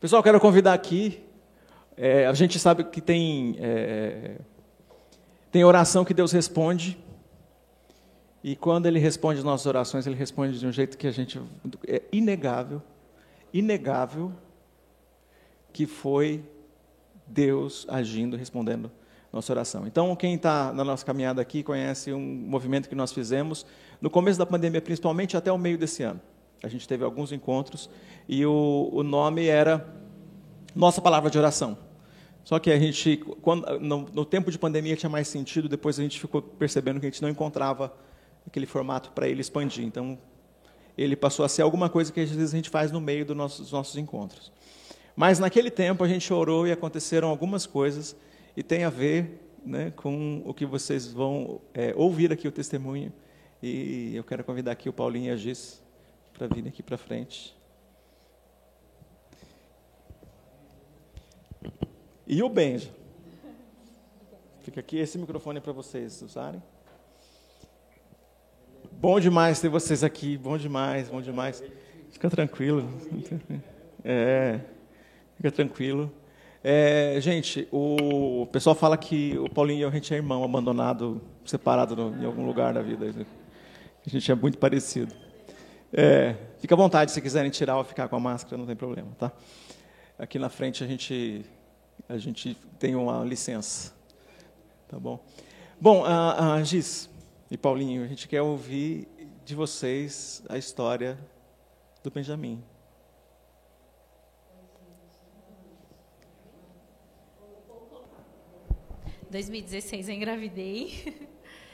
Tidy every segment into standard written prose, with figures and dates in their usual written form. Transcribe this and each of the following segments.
Pessoal, quero convidar aqui, a gente sabe que tem oração que Deus responde, e quando Ele responde as nossas orações, Ele responde de um jeito que é inegável que foi Deus agindo, respondendo nossa oração. Então, quem está na nossa caminhada aqui conhece um movimento que nós fizemos no começo da pandemia, principalmente até o meio desse ano. A gente teve alguns encontros e o nome era Nossa Palavra de Oração. Só que a gente, no tempo de pandemia, tinha mais sentido, depois a gente ficou percebendo que a gente não encontrava aquele formato para ele expandir. Então, ele passou a ser alguma coisa que às vezes a gente faz no meio dos nossos encontros. Mas naquele tempo a gente orou e aconteceram algumas coisas, e tem a ver, né, com o que vocês vão ouvir aqui, o testemunho. E eu quero convidar aqui o Paulinho e a Gis para virem aqui para frente. E o Benja. Fica aqui, esse microfone é para vocês usarem. Bom demais ter vocês aqui, bom demais, bom demais. Fica tranquilo. Fica tranquilo. Gente, o pessoal fala que o Paulinho e a gente é irmão, abandonado, separado em algum lugar da vida. A gente é muito parecido. Fica à vontade, se quiserem tirar ou ficar com a máscara, não tem problema, tá? Aqui na frente a gente tem uma licença, tá bom? Bom, Gis e Paulinho, a gente quer ouvir de vocês a história do Benjamin. Em 2016 eu engravidei.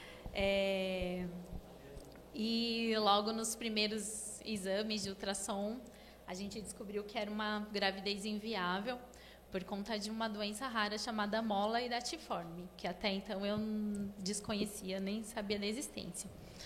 E logo nos primeiros exames de ultrassom, a gente descobriu que era uma gravidez inviável por conta de uma doença rara chamada mola hidatiforme, que até então eu desconhecia, nem sabia da existência.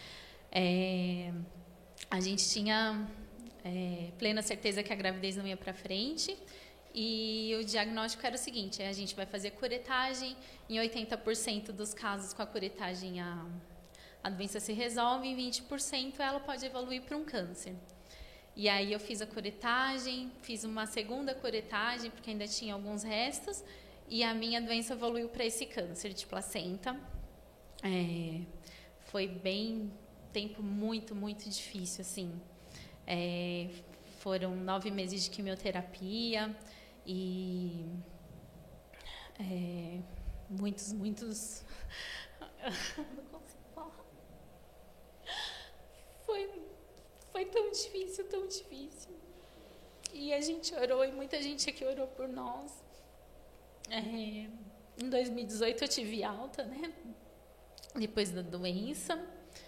A gente tinha plena certeza que a gravidez não ia para frente, e o diagnóstico era o seguinte: a gente vai fazer curetagem, em 80% dos casos com a curetagem a doença se resolve, em 20% ela pode evoluir para um câncer. E aí eu fiz a curetagem, fiz uma segunda curetagem, porque ainda tinha alguns restos, e a minha doença evoluiu para esse câncer de placenta. Foi bem tempo muito, muito difícil, assim. Foram 9 meses de quimioterapia e muitos não consigo falar. Foi tão difícil, tão difícil. E a gente orou, e muita gente aqui orou por nós. Em 2018 eu tive alta, né? Depois da doença.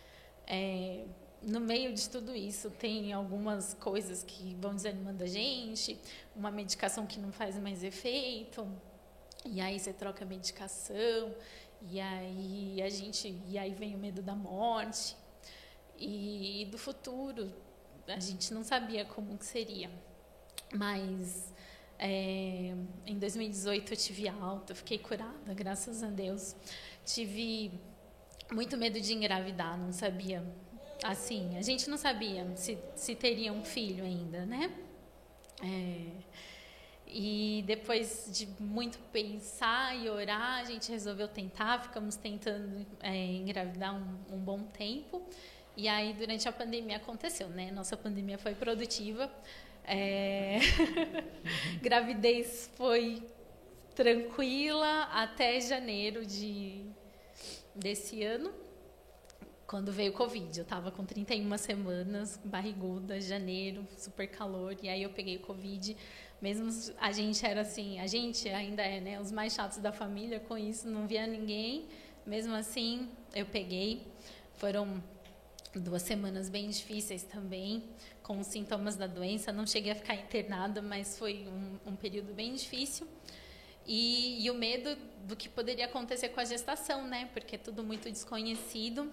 No meio de tudo isso, tem algumas coisas que vão desanimando a gente, uma medicação que não faz mais efeito, e aí você troca a medicação, e aí vem o medo da morte. E do futuro, a gente não sabia como que seria. Mas em 2018 eu tive alta, fiquei curada, graças a Deus. Tive muito medo de engravidar, não sabia. Assim, a gente não sabia se teria um filho ainda, né? E depois de muito pensar e orar, a gente resolveu tentar. Ficamos tentando engravidar um bom tempo. E aí, durante a pandemia, aconteceu, né? Nossa pandemia foi produtiva. Gravidez foi tranquila até janeiro desse ano, quando veio o Covid. Eu estava com 31 semanas, barriguda, janeiro, super calor. E aí eu peguei o Covid. Mesmo a gente era assim, a gente ainda é, né? Os mais chatos da família, com isso não via ninguém. Mesmo assim, eu peguei. Foram 2 semanas bem difíceis também, com os sintomas da doença. Não cheguei a ficar internada, mas foi um período bem difícil. E o medo do que poderia acontecer com a gestação, né? Porque é tudo muito desconhecido.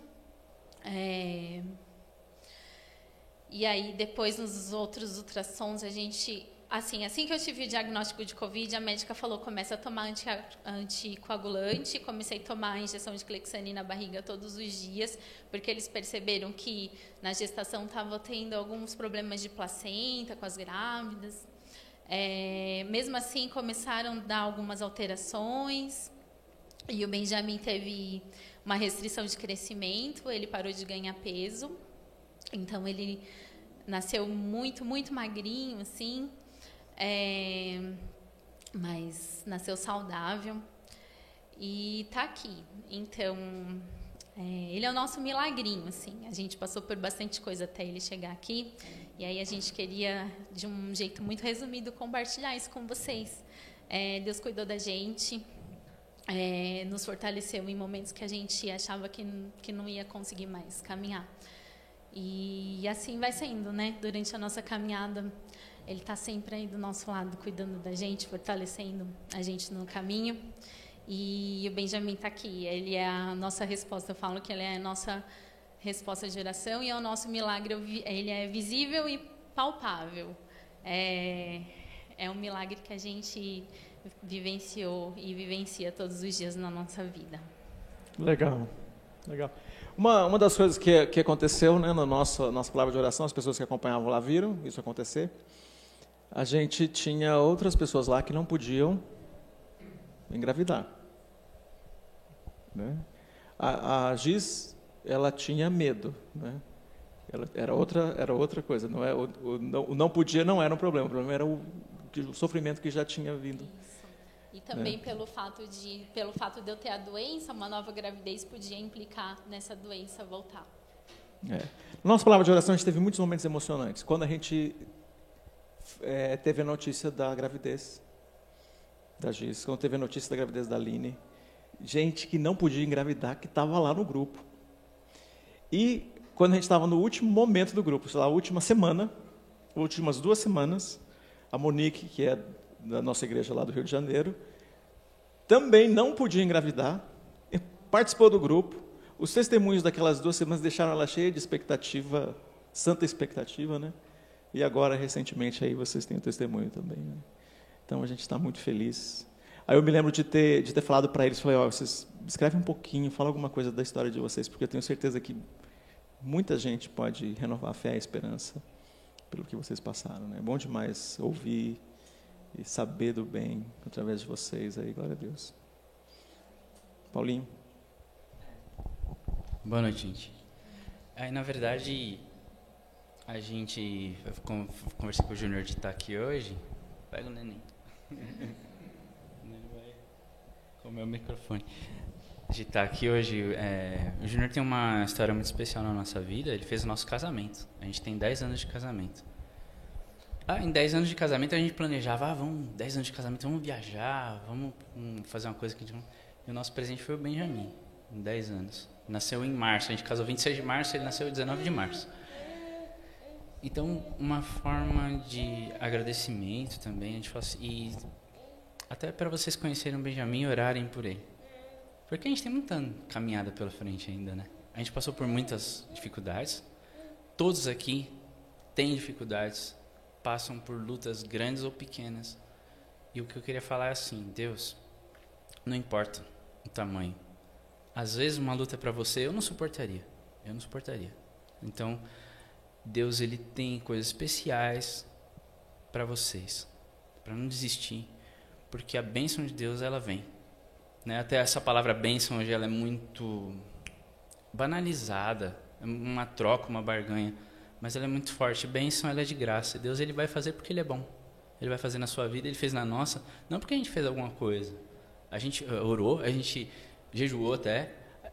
E aí, depois, nos outros ultrassons, a gente... Assim que eu tive o diagnóstico de Covid, a médica falou: começa a tomar anticoagulante. Comecei a tomar injeção de Clexane na barriga todos os dias, porque eles perceberam que na gestação estava tendo alguns problemas de placenta com as grávidas. Mesmo assim, começaram a dar algumas alterações. E o Benjamin teve uma restrição de crescimento, ele parou de ganhar peso. Então, ele nasceu muito, muito magrinho, assim. Mas nasceu saudável. E tá aqui. Então, ele é o nosso milagrinho, assim. A gente passou por bastante coisa até ele chegar aqui. E aí a gente queria, de um jeito muito resumido, compartilhar isso com vocês. Deus cuidou da gente, nos fortaleceu em momentos que a gente achava que não ia conseguir mais caminhar. E assim vai sendo, né? Durante a nossa caminhada, ele está sempre aí do nosso lado, cuidando da gente, fortalecendo a gente no caminho. E o Benjamin está aqui, ele é a nossa resposta. Eu falo que ele é a nossa resposta de oração e é o nosso milagre. Ele é visível e palpável. É um milagre que a gente vivenciou e vivencia todos os dias na nossa vida. Legal, legal. Uma das coisas que aconteceu, né, na nossa palavra de oração, as pessoas que acompanhavam lá viram isso acontecer. A gente tinha outras pessoas lá que não podiam engravidar, né? A Giz, ela tinha medo, né? Era outra coisa. Não é o não podia não era um problema. O problema era o sofrimento que já tinha vindo. Isso. E também pelo fato de eu ter a doença, uma nova gravidez podia implicar nessa doença voltar. Na nossa palavra de oração, a gente teve muitos momentos emocionantes. Quando a gente teve a notícia da gravidez da Giz, quando teve a notícia da gravidez da Aline, gente que não podia engravidar, que estava lá no grupo. E quando a gente estava no último momento do grupo, sei lá, a última semana, últimas 2 semanas, a Monique, que é da nossa igreja lá do Rio de Janeiro, também não podia engravidar, participou do grupo. Os testemunhos daquelas 2 semanas deixaram ela cheia de expectativa, santa expectativa, né? E agora, recentemente, aí vocês têm o testemunho também, né? Então, a gente está muito feliz. Aí eu me lembro de ter falado para eles, falei, vocês escrevem um pouquinho, fala alguma coisa da história de vocês, porque eu tenho certeza que muita gente pode renovar a fé e a esperança pelo que vocês passaram, né? É bom demais ouvir e saber do bem através de vocês aí, glória a Deus. Paulinho. Boa noite, gente. Na verdade, a gente conversei com o Júnior de estar aqui hoje. Pega o neném. Vai comer o microfone. De estar aqui hoje, o Júnior tem uma história muito especial na nossa vida. Ele fez o nosso casamento. A gente tem 10 anos de casamento. Em 10 anos de casamento a gente planejava, 10 anos de casamento, vamos viajar, vamos fazer uma coisa que a gente... E o nosso presente foi o Benjamin, em 10 anos. Nasceu em março, a gente casou 26 de março, ele nasceu 19 de março. Então, uma forma de agradecimento também, a gente fala assim, e até para vocês conhecerem o Benjamin e orarem por ele. Porque a gente tem muita caminhada pela frente ainda, né? A gente passou por muitas dificuldades, todos aqui têm dificuldades, passam por lutas grandes ou pequenas. E o que eu queria falar é assim, Deus, não importa o tamanho. Às vezes uma luta para você eu não suportaria. Então, Deus ele tem coisas especiais para vocês, para não desistir, porque a bênção de Deus ela vem, né? Até essa palavra bênção hoje ela é muito banalizada, é uma troca, uma barganha, mas ela é muito forte. Bênção ela é de graça. Deus ele vai fazer porque ele é bom. Ele vai fazer na sua vida, ele fez na nossa, não porque a gente fez alguma coisa. A gente orou, a gente jejuou até.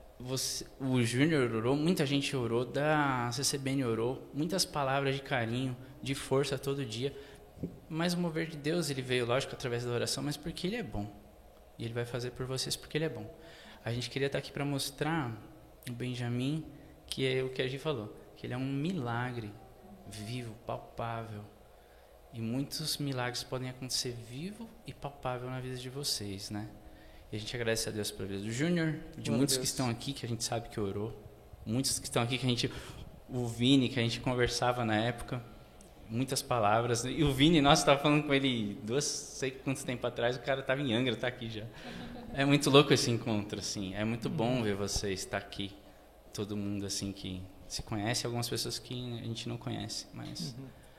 O Júnior orou, muita gente orou, da CCBN orou, muitas palavras de carinho, de força todo dia. Mas o mover de Deus, ele veio, lógico, através da oração, mas porque ele é bom. E ele vai fazer por vocês porque ele é bom. A gente queria estar aqui para mostrar o Benjamin, que é o que a gente falou, que ele é um milagre vivo, palpável. E muitos milagres podem acontecer vivo e palpável na vida de vocês, né? E a gente agradece a Deus pela vida do Júnior, de muitos que estão aqui, que a gente sabe que orou. Muitos que estão aqui, que a gente... O Vini, que a gente conversava na época. Muitas palavras. E o Vini, nossa, estava falando com ele sei quanto tempo atrás, o cara estava em Angra, está aqui já. É muito louco esse encontro, assim. É muito bom ver vocês estar aqui. Todo mundo, assim, que se conhece. Algumas pessoas que a gente não conhece, mas...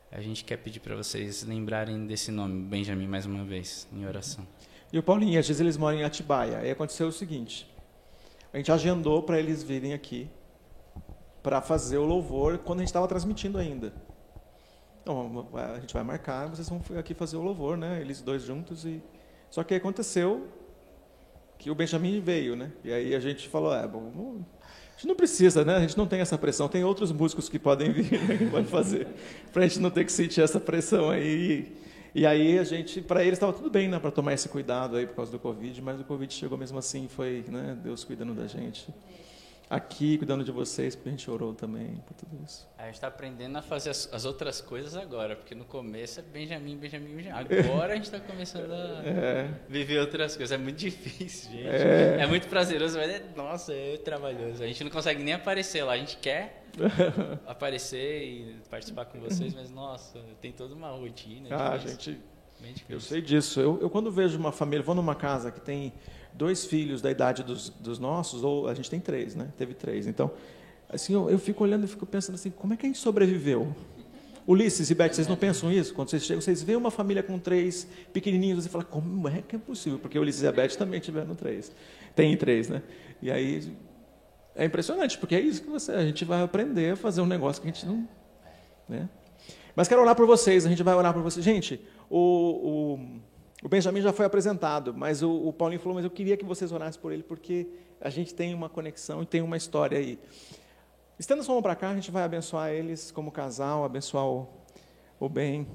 A gente quer pedir para vocês lembrarem desse nome, Benjamim, mais uma vez, em oração. E o Paulinho e a Giz, eles moram em Atibaia. Aí aconteceu o seguinte, a gente agendou para eles virem aqui para fazer o louvor quando a gente estava transmitindo ainda. Então, a gente vai marcar, vocês vão aqui fazer o louvor, né? Eles dois juntos. Só que aconteceu que o Benjamin veio, né? E aí a gente falou, bom, a gente não precisa, né? A gente não tem essa pressão. Tem outros músicos que podem vir, né? Que podem fazer, para a gente não ter que sentir essa pressão aí. E aí para eles estava tudo bem, né? Para tomar esse cuidado aí por causa do Covid, mas o Covid chegou mesmo assim, foi, né? Deus cuidando da gente. Aqui, cuidando de vocês, porque a gente orou também por tudo isso. A gente está aprendendo a fazer as outras coisas agora, porque no começo é Benjamim. Agora a gente está começando a viver outras coisas. É muito difícil, gente. É muito prazeroso, mas nossa, é trabalhoso. A gente não consegue nem aparecer lá. A gente quer aparecer e participar com vocês, mas nossa, tem toda uma rotina. Gente, eu sei disso. Eu quando vejo uma família, vou numa casa que tem 2 filhos da idade dos nossos, ou a gente tem 3, né? Teve 3. Então, assim, eu fico olhando e fico pensando assim, como é que a gente sobreviveu? Ulisses e Beth, vocês não pensam isso? Quando vocês chegam, vocês veem uma família com 3 pequenininhos, você fala, como é que é possível? Porque Ulisses e a Beth também tiveram 3. Tem 3, né? E aí, é impressionante, porque é isso que a gente vai aprender a fazer um negócio que a gente não... Né? Mas quero orar por vocês, a gente vai orar por vocês. Gente, o Benjamin já foi apresentado, mas o Paulinho falou, mas eu queria que vocês orassem por ele, porque a gente tem uma conexão e tem uma história aí. Estenda sua mão para cá, a gente vai abençoar eles como casal, abençoar o bem,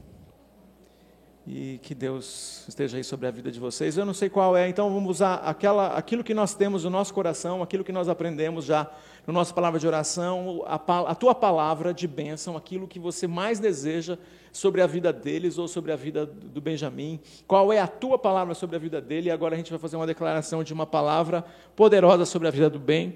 e que Deus esteja aí sobre a vida de vocês. Eu não sei qual é, então vamos usar aquilo que nós temos no nosso coração, aquilo que nós aprendemos já no nosso palavra de oração, a tua palavra de bênção, aquilo que você mais deseja sobre a vida deles ou sobre a vida do Benjamin. Qual é a tua palavra sobre a vida dele? E agora a gente vai fazer uma declaração de uma palavra poderosa sobre a vida do bem.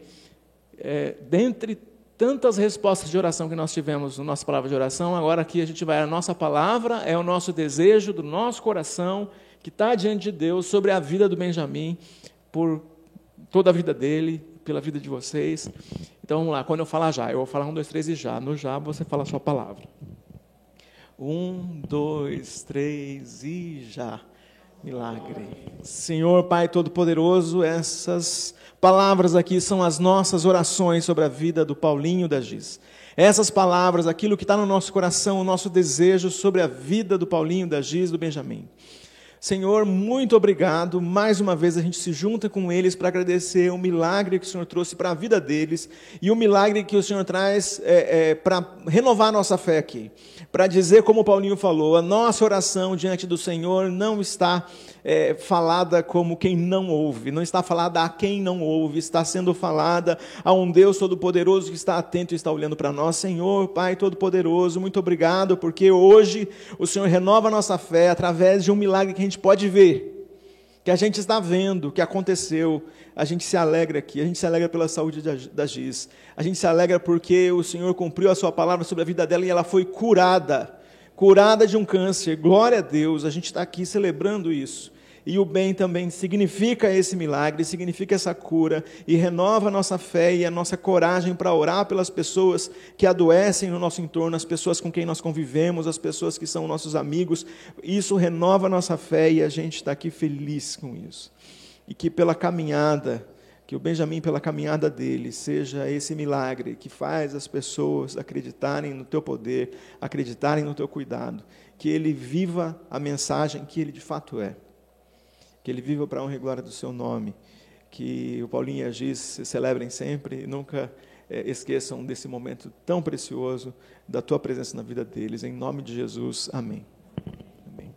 Dentre tantas respostas de oração que nós tivemos na nossa palavra de oração, agora aqui a gente vai, a nossa palavra é o nosso desejo do nosso coração, que está diante de Deus, sobre a vida do Benjamin, por toda a vida dele, pela vida de vocês. Então vamos lá, quando eu falar já, eu vou falar 1, 2, 3 e já. No já você fala a sua palavra. 1, 2, 3 e já. Milagre. Senhor Pai Todo-Poderoso, essas palavras aqui são as nossas orações sobre a vida do Paulinho da Giz. Essas palavras, aquilo que está no nosso coração, o nosso desejo sobre a vida do Paulinho da Giz, do Benjamin. Senhor, muito obrigado. Mais uma vez a gente se junta com eles para agradecer o milagre que o Senhor trouxe para a vida deles e o milagre que o Senhor traz para renovar a nossa fé aqui. Para dizer, como o Paulinho falou, a nossa oração diante do Senhor não está falada como quem não ouve, não está falada a quem não ouve, está sendo falada a um Deus Todo-Poderoso que está atento e está olhando para nós. Senhor, Pai Todo-Poderoso, muito obrigado, porque hoje o Senhor renova a nossa fé através de um milagre que a gente pode ver, que a gente está vendo, que aconteceu. A gente se alegra aqui, a gente se alegra pela saúde da Giz, a gente se alegra porque o Senhor cumpriu a sua palavra sobre a vida dela e ela foi curada de um câncer. Glória a Deus, a gente está aqui celebrando isso. E o bem também significa esse milagre, significa essa cura, e renova a nossa fé e a nossa coragem para orar pelas pessoas que adoecem no nosso entorno, as pessoas com quem nós convivemos, as pessoas que são nossos amigos. Isso renova a nossa fé e a gente está aqui feliz com isso. E que pela caminhada, que o Benjamin, pela caminhada dele, seja esse milagre que faz as pessoas acreditarem no teu poder, acreditarem no teu cuidado, que ele viva a mensagem que ele de fato é. Que ele viva para a honra e glória do seu nome, que o Paulinho e a Giz se celebrem sempre e nunca esqueçam desse momento tão precioso da tua presença na vida deles, em nome de Jesus, amém. Amém.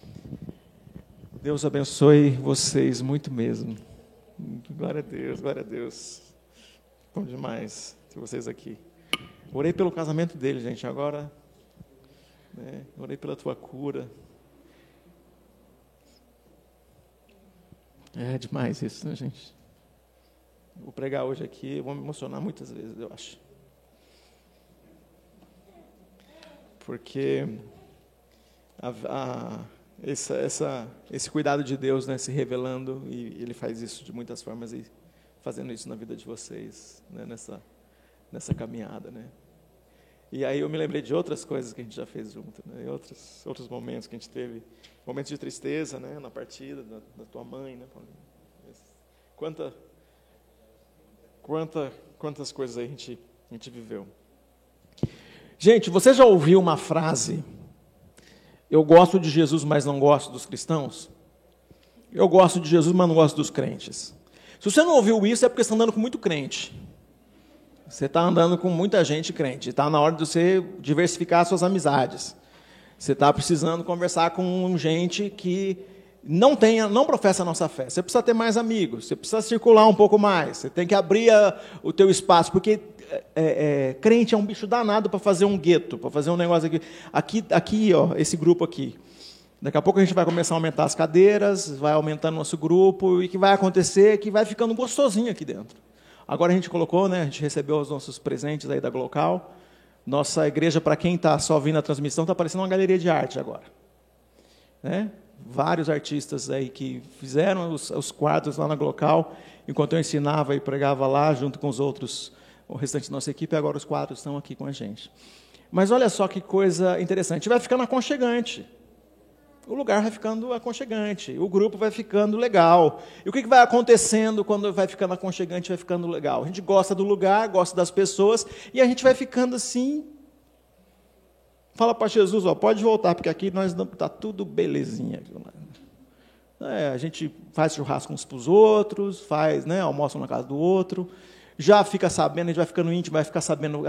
Deus abençoe vocês muito mesmo, glória a Deus, glória a Deus, bom demais ter vocês aqui. Orei pelo casamento dele, gente, agora, orei pela tua cura. É demais isso, né, gente? Vou pregar hoje aqui, vou me emocionar muitas vezes, eu acho. Porque esse cuidado de Deus, né, se revelando, e Ele faz isso de muitas formas, e fazendo isso na vida de vocês, né, nessa caminhada, né? E aí eu me lembrei de outras coisas que a gente já fez junto, né? Outros momentos que a gente teve, momentos de tristeza, né? Na partida da tua mãe, né, Paulinho? Quantas coisas aí a gente viveu. Gente, você já ouviu uma frase: eu gosto de Jesus, mas não gosto dos cristãos? Eu gosto de Jesus, mas não gosto dos crentes. Se você não ouviu isso, é porque você está andando com muito crente. Você está andando com muita gente crente. Está na hora de você diversificar suas amizades. Você está precisando conversar com gente que não professa a nossa fé. Você precisa ter mais amigos. Você precisa circular um pouco mais. Você tem que abrir o teu espaço, porque crente é um bicho danado para fazer um gueto, para fazer um negócio aqui, ó, esse grupo aqui. Daqui a pouco a gente vai começar a aumentar as cadeiras, vai aumentando nosso grupo, e o que vai acontecer é que vai ficando gostosinho aqui dentro. Agora a gente colocou, né, a gente recebeu os nossos presentes aí da Glocal. Nossa igreja, para quem está só vindo a transmissão, está parecendo uma galeria de arte agora. Né? Vários artistas aí que fizeram os quadros lá na Glocal, enquanto eu ensinava e pregava lá, junto com os outros, o restante da nossa equipe, e agora os quadros estão aqui com a gente. Mas olha só que coisa interessante, vai ficando aconchegante. O lugar vai ficando aconchegante, o grupo vai ficando legal. E o que vai acontecendo quando vai ficando aconchegante, vai ficando legal? A gente gosta do lugar, gosta das pessoas, e a gente vai ficando assim. Fala para Jesus, ó, pode voltar, porque aqui está tudo belezinha. A gente faz churrasco uns para os outros, almoça um na casa do outro, já fica sabendo, a gente vai ficando íntimo, vai ficar sabendo,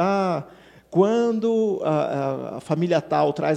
quando a família tal traz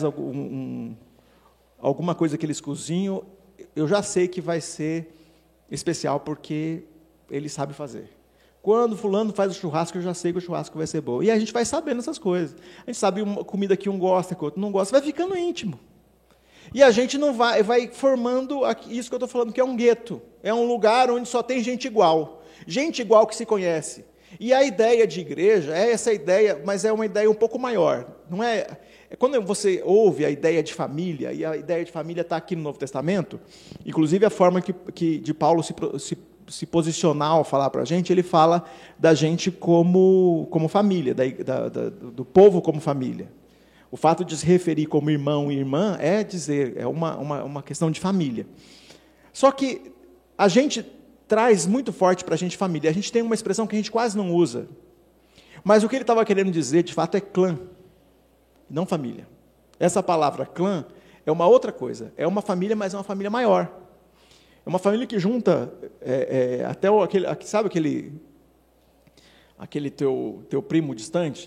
alguma coisa que eles cozinham, eu já sei que vai ser especial, porque ele sabe fazer. Quando fulano faz o churrasco, eu já sei que o churrasco vai ser bom. E a gente vai sabendo essas coisas. A gente sabe uma comida que um gosta, que o outro não gosta, vai ficando íntimo. E a gente não vai formando isso que eu estou falando, que é um gueto. É um lugar onde só tem gente igual. Gente igual que se conhece. E a ideia de igreja é essa ideia, mas é uma ideia um pouco maior. Não é... Quando você ouve a ideia de família, e a ideia de família está aqui no Novo Testamento, inclusive a forma de Paulo se posicionar ao falar para a gente, ele fala da gente como família, do povo como família. O fato de se referir como irmão e irmã é uma questão de família. Só que a gente traz muito forte para a gente família. A gente tem uma expressão que a gente quase não usa. Mas o que ele estava querendo dizer, de fato, é clã, não família. Essa palavra clã é uma outra coisa. É uma família, mas é uma família maior. É uma família que junta até sabe aquele teu primo distante,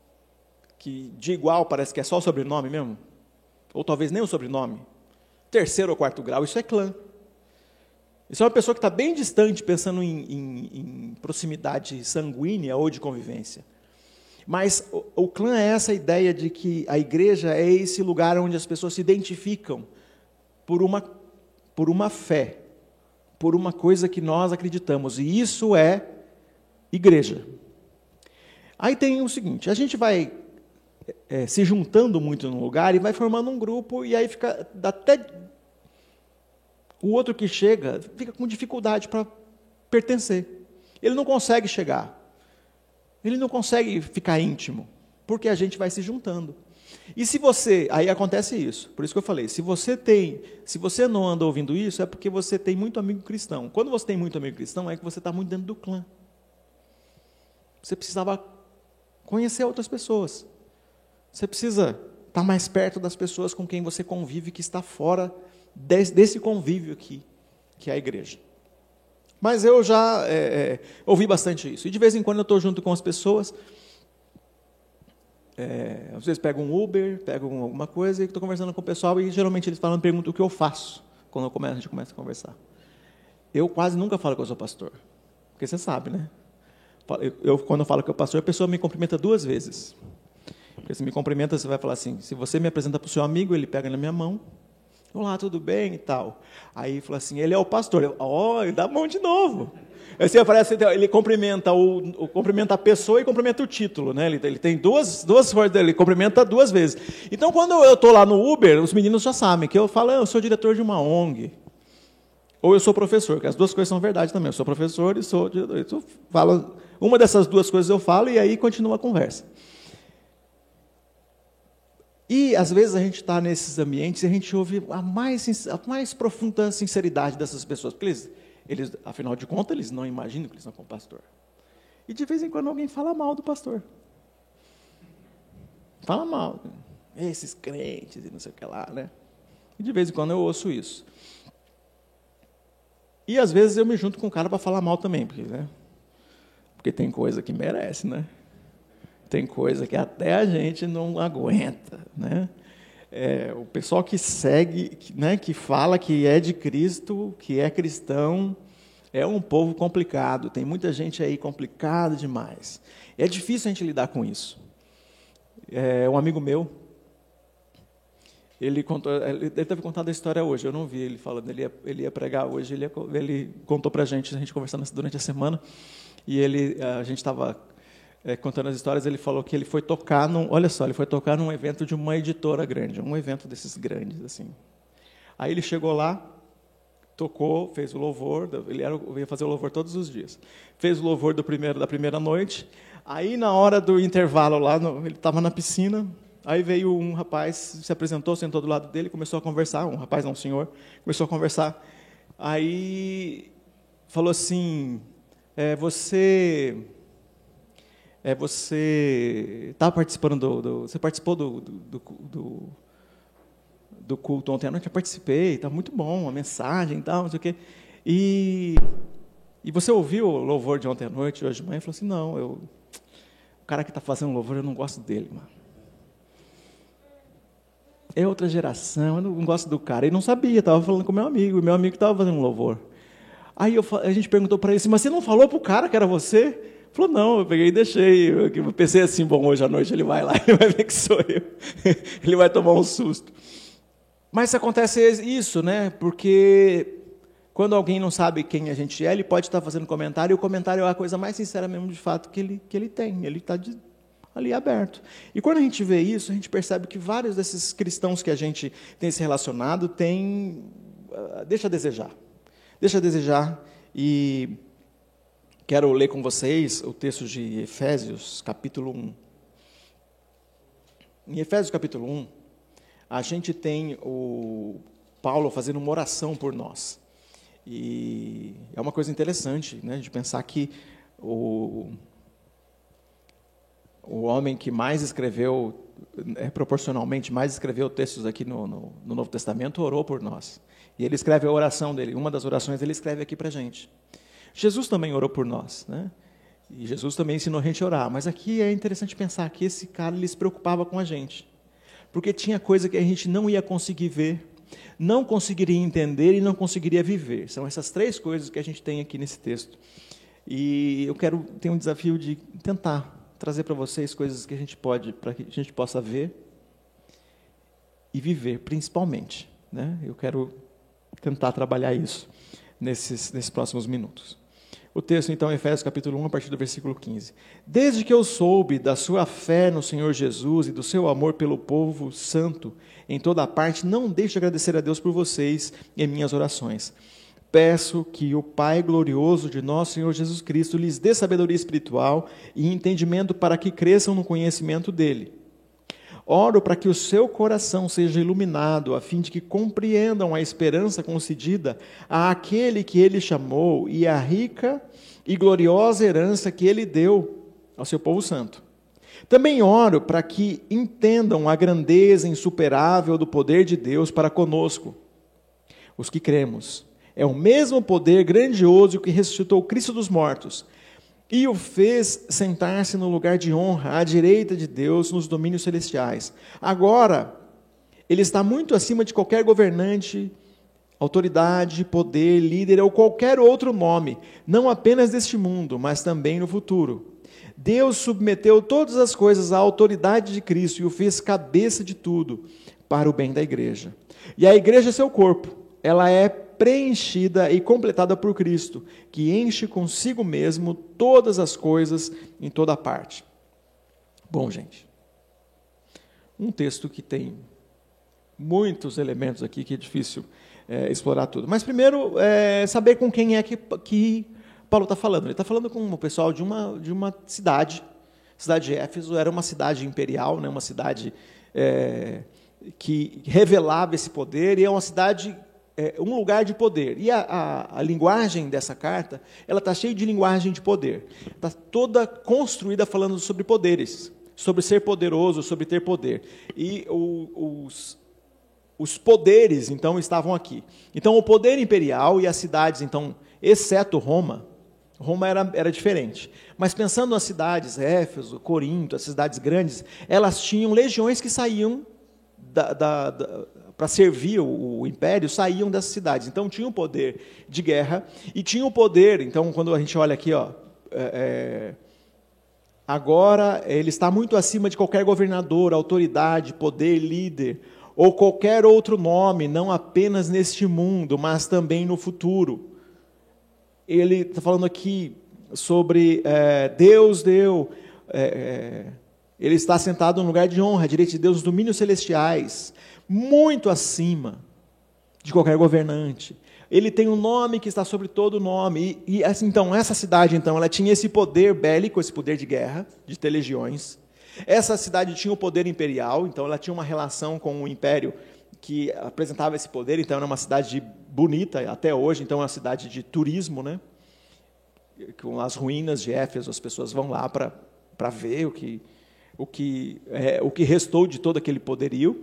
que de igual parece que é só o sobrenome mesmo, ou talvez nem o sobrenome, 3º ou 4º grau, isso é clã. Isso é uma pessoa que está bem distante, pensando em proximidade sanguínea ou de convivência. Mas o clã é essa ideia de que a igreja é esse lugar onde as pessoas se identificam por uma fé, por uma coisa que nós acreditamos, e isso é igreja. Aí tem o seguinte, a gente vai se juntando muito num lugar e vai formando um grupo, e aí fica até o outro que chega fica com dificuldade para pertencer. Ele não consegue chegar. Ele não consegue ficar íntimo, porque a gente vai se juntando. E aí acontece isso, por isso que eu falei, se você não anda ouvindo isso, é porque você tem muito amigo cristão. Quando você tem muito amigo cristão, é que você está muito dentro do clã. Você precisava conhecer outras pessoas. Você precisa estar mais perto das pessoas com quem você convive, que está fora desse convívio aqui, que é a igreja. Mas eu já ouvi bastante isso. E de vez em quando eu estou junto com as pessoas. Às vezes pego um Uber, pego alguma coisa e estou conversando com o pessoal, e geralmente eles perguntam o que eu faço quando a gente começa a conversar. Eu quase nunca falo que eu sou pastor. Porque você sabe, né? Quando eu falo que eu sou pastor, a pessoa me cumprimenta 2 vezes. Porque se me cumprimenta, você vai falar assim, se você me apresenta para o seu amigo, ele pega na minha mão. Olá, tudo bem e tal. Aí fala assim, ele é o pastor. Ele dá a mão de novo. Aí você aparece, ele cumprimenta cumprimenta a pessoa e cumprimenta o título, né? Ele tem duas formas, ele cumprimenta 2 vezes. Então, quando eu estou lá no Uber, os meninos já sabem que eu falo, eu sou diretor de uma ONG. Ou eu sou professor, que as 2 coisas são verdade também. Eu sou professor e sou diretor. Uma dessas 2 coisas eu falo, e aí continua a conversa. E, às vezes, a gente está nesses ambientes e a gente ouve a mais profunda sinceridade dessas pessoas. Porque eles, afinal de contas, eles não imaginam que eles são com o pastor. E, de vez em quando, alguém fala mal do pastor. Fala mal. Esses crentes e não sei o que lá, né? E, de vez em quando, eu ouço isso. E, às vezes, eu me junto com o cara para falar mal também. Porque tem coisa que merece, né? Tem coisa que até a gente não aguenta, né? O pessoal que segue, né, que fala que é de Cristo, que é cristão, é um povo complicado. Tem muita gente aí complicada demais. É difícil a gente lidar com isso. Um amigo meu, ele teve contado a história hoje, eu não vi ele falando, ele ia pregar hoje, ele contou para a gente conversando durante a semana, e a gente estava contando as histórias, ele falou que ele foi tocar num evento de uma editora grande, um evento desses grandes, assim. Aí ele chegou lá, tocou, fez o louvor, ele ia fazer o louvor todos os dias. Fez o louvor da primeira noite, aí na hora do intervalo lá, ele estava na piscina, aí veio um rapaz, se apresentou, sentou do lado dele, começou a conversar, um rapaz, não um senhor, começou a conversar, aí falou assim, você estava participando você participou do culto ontem à noite? Eu participei, está muito bom, a mensagem e tal, não sei o quê. E você ouviu o louvor de ontem à noite, hoje de manhã? Ele falou assim, não, o cara que está fazendo louvor, eu não gosto dele, mano. É outra geração, eu não gosto do cara. Ele não sabia, estava falando com o meu amigo estava fazendo louvor. Aí a gente perguntou para ele assim, mas você não falou para o cara que era você? Ele falou, não, eu peguei e deixei. Eu pensei assim, bom, hoje à noite ele vai lá, ele vai ver que sou eu. Ele vai tomar um susto. Mas acontece isso, né? Porque quando alguém não sabe quem a gente é, ele pode estar fazendo comentário, e o comentário é a coisa mais sincera mesmo, de fato, que ele tem. Ele está ali aberto. E quando a gente vê isso, a gente percebe que vários desses cristãos que a gente tem se relacionado deixa a desejar. Deixa a desejar. E quero ler com vocês o texto de Efésios, capítulo 1. Em Efésios, capítulo 1, a gente tem o Paulo fazendo uma oração por nós. E é uma coisa interessante, né, de pensar que o homem que mais escreveu, proporcionalmente mais escreveu textos aqui no Novo Testamento, orou por nós. E ele escreve a oração dele, uma das orações ele escreve aqui para a gente. Jesus também orou por nós, né? E Jesus também ensinou a gente a orar. Mas aqui é interessante pensar que esse cara ele se preocupava com a gente. Porque tinha coisa que a gente não ia conseguir ver, não conseguiria entender e não conseguiria viver. São essas três coisas que a gente tem aqui nesse texto. E eu tenho um desafio de tentar trazer para vocês coisas que a gente pode, para que a gente possa ver e viver, principalmente, né? Eu quero tentar trabalhar isso nesses próximos minutos. O texto, então, é Efésios capítulo 1, a partir do versículo 15. Desde que eu soube da sua fé no Senhor Jesus e do seu amor pelo povo santo em toda a parte, não deixo de agradecer a Deus por vocês em minhas orações. Peço que o Pai glorioso de nosso Senhor Jesus Cristo lhes dê sabedoria espiritual e entendimento para que cresçam no conhecimento dele. Oro para que o seu coração seja iluminado, a fim de que compreendam a esperança concedida àquele que ele chamou e a rica e gloriosa herança que ele deu ao seu povo santo. Também oro para que entendam a grandeza insuperável do poder de Deus para conosco, os que cremos. É o mesmo poder grandioso que ressuscitou Cristo dos mortos e o fez sentar-se no lugar de honra à direita de Deus nos domínios celestiais. Agora, ele está muito acima de qualquer governante, autoridade, poder, líder ou qualquer outro nome, não apenas deste mundo, mas também no futuro. Deus submeteu todas as coisas à autoridade de Cristo e o fez cabeça de tudo para o bem da igreja. E a igreja é seu corpo, ela é preenchida e completada por Cristo, que enche consigo mesmo todas as coisas em toda parte. Bom, gente, um texto que tem muitos elementos aqui que é difícil explorar tudo. Mas primeiro, saber com quem é que Paulo está falando. Ele está falando com o pessoal de uma cidade. A cidade de Éfeso era uma cidade imperial, né, uma cidade que revelava esse poder, e é uma cidade, um lugar de poder. E a linguagem dessa carta, ela está cheia de linguagem de poder. Está toda construída falando sobre poderes, sobre ser poderoso, sobre ter poder. E os poderes, então, estavam aqui. Então, o poder imperial e as cidades, então, exceto Roma era diferente. Mas pensando nas cidades, Éfeso, Corinto, as cidades grandes, elas tinham legiões que saíam para servir o império, saíam dessas cidades. Então, tinha o poder de guerra e tinha o poder, então, quando a gente olha aqui, agora ele está muito acima de qualquer governador, autoridade, poder, líder, ou qualquer outro nome, não apenas neste mundo, mas também no futuro. Ele está falando aqui sobre Deus deu, ele está sentado num lugar de honra, à direita de Deus, nos domínios celestiais, muito acima de qualquer governante. Ele tem um nome que está sobre todo nome. E assim, então, essa cidade, então, ela tinha esse poder bélico, esse poder de guerra, de ter legiões. Essa cidade tinha o poder imperial, então ela tinha uma relação com o império que apresentava esse poder, então era uma cidade bonita até hoje, então é uma cidade de turismo, né? Com as ruínas de Éfeso, as pessoas vão lá para ver o que restou de todo aquele poderio.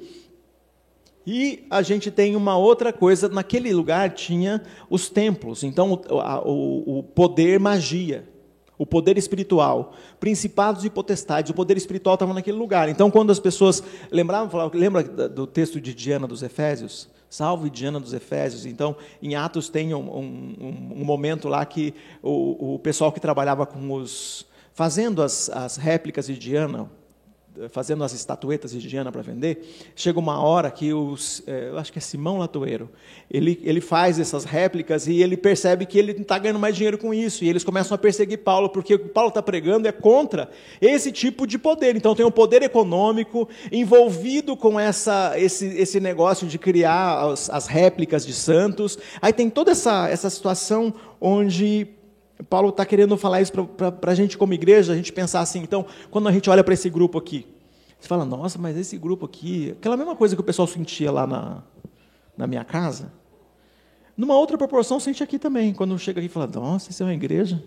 E a gente tem uma outra coisa, naquele lugar tinha os templos, então o poder magia, o poder espiritual, principados e potestades, o poder espiritual estava naquele lugar. Então, quando as pessoas falavam, lembra do texto de Diana dos Efésios? Salve Diana dos Efésios. Então, em Atos tem um momento lá que o pessoal que trabalhava fazendo as réplicas de Diana, fazendo as estatuetas de Diana para vender, chega uma hora que eu acho que é Simão Latoeiro, ele faz essas réplicas e ele percebe que ele não está ganhando mais dinheiro com isso, e eles começam a perseguir Paulo, porque o que Paulo está pregando é contra esse tipo de poder. Então tem um poder econômico envolvido com esse negócio de criar as réplicas de santos. Aí tem toda essa situação onde Paulo está querendo falar isso para a gente como igreja, a gente pensar assim. Então, quando a gente olha para esse grupo aqui, você fala, nossa, mas esse grupo aqui, aquela mesma coisa que o pessoal sentia lá na minha casa, numa outra proporção sente aqui também, quando chega aqui e fala, nossa, isso é uma igreja?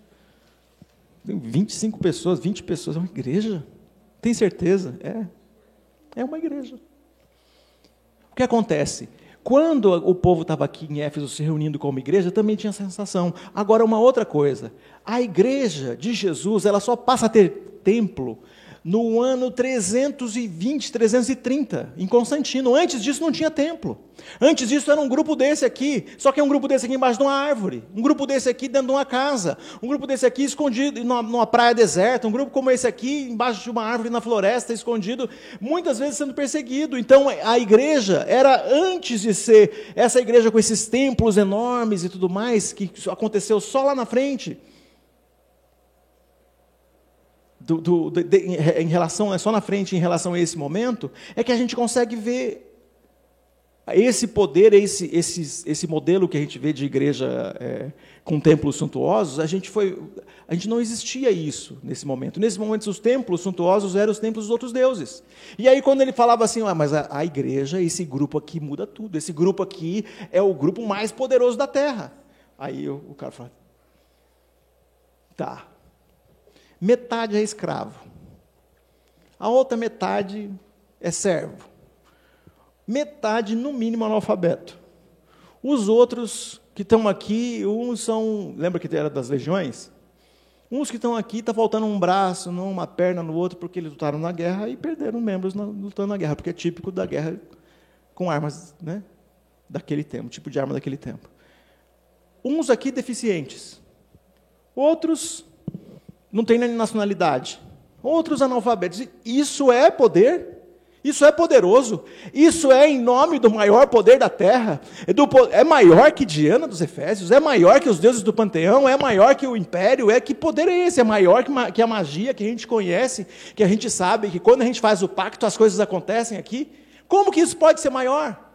Tem 25 pessoas, 20 pessoas, é uma igreja? Tem certeza? É uma igreja. O que acontece? Quando o povo estava aqui em Éfeso se reunindo como igreja, também tinha essa sensação. Agora, uma outra coisa. A igreja de Jesus, ela só passa a ter templo no ano 320, 330, em Constantino. Antes disso não tinha templo. Antes disso era um grupo desse aqui, só que é um grupo desse aqui embaixo de uma árvore, um grupo desse aqui dentro de uma casa, um grupo desse aqui escondido numa praia deserta, um grupo como esse aqui embaixo de uma árvore na floresta, escondido, muitas vezes sendo perseguido. Então a igreja era, antes de ser essa igreja com esses templos enormes e tudo mais, que aconteceu só lá na frente, em relação, só na frente, em relação a esse momento, é que a gente consegue ver esse poder, esse modelo que a gente vê de igreja com templos suntuosos. A gente não existia isso nesse momento. Nesse momento, os templos suntuosos eram os templos dos outros deuses. E aí, quando ele falava assim, mas a igreja, esse grupo aqui muda tudo, esse grupo aqui é o grupo mais poderoso da terra. Aí o cara fala, tá. Metade é escravo, a outra metade é servo, metade, no mínimo, analfabeto. Os outros que estão aqui, uns são, lembra que era das legiões? Uns que estão aqui, está faltando um braço, uma perna no outro, porque eles lutaram na guerra e perderam membros lutando na guerra, porque é típico da guerra com armas, né, daquele tempo, tipo de arma daquele tempo. Uns aqui deficientes, outros não tem nem nacionalidade, outros analfabetos. Isso é poder? Isso é poderoso? Isso é em nome do maior poder da terra? É maior que Diana dos Efésios? É maior que os deuses do panteão? É maior que o império? Que poder é esse? É maior que a magia que a gente conhece, que a gente sabe que quando a gente faz o pacto as coisas acontecem aqui? Como que isso pode ser maior?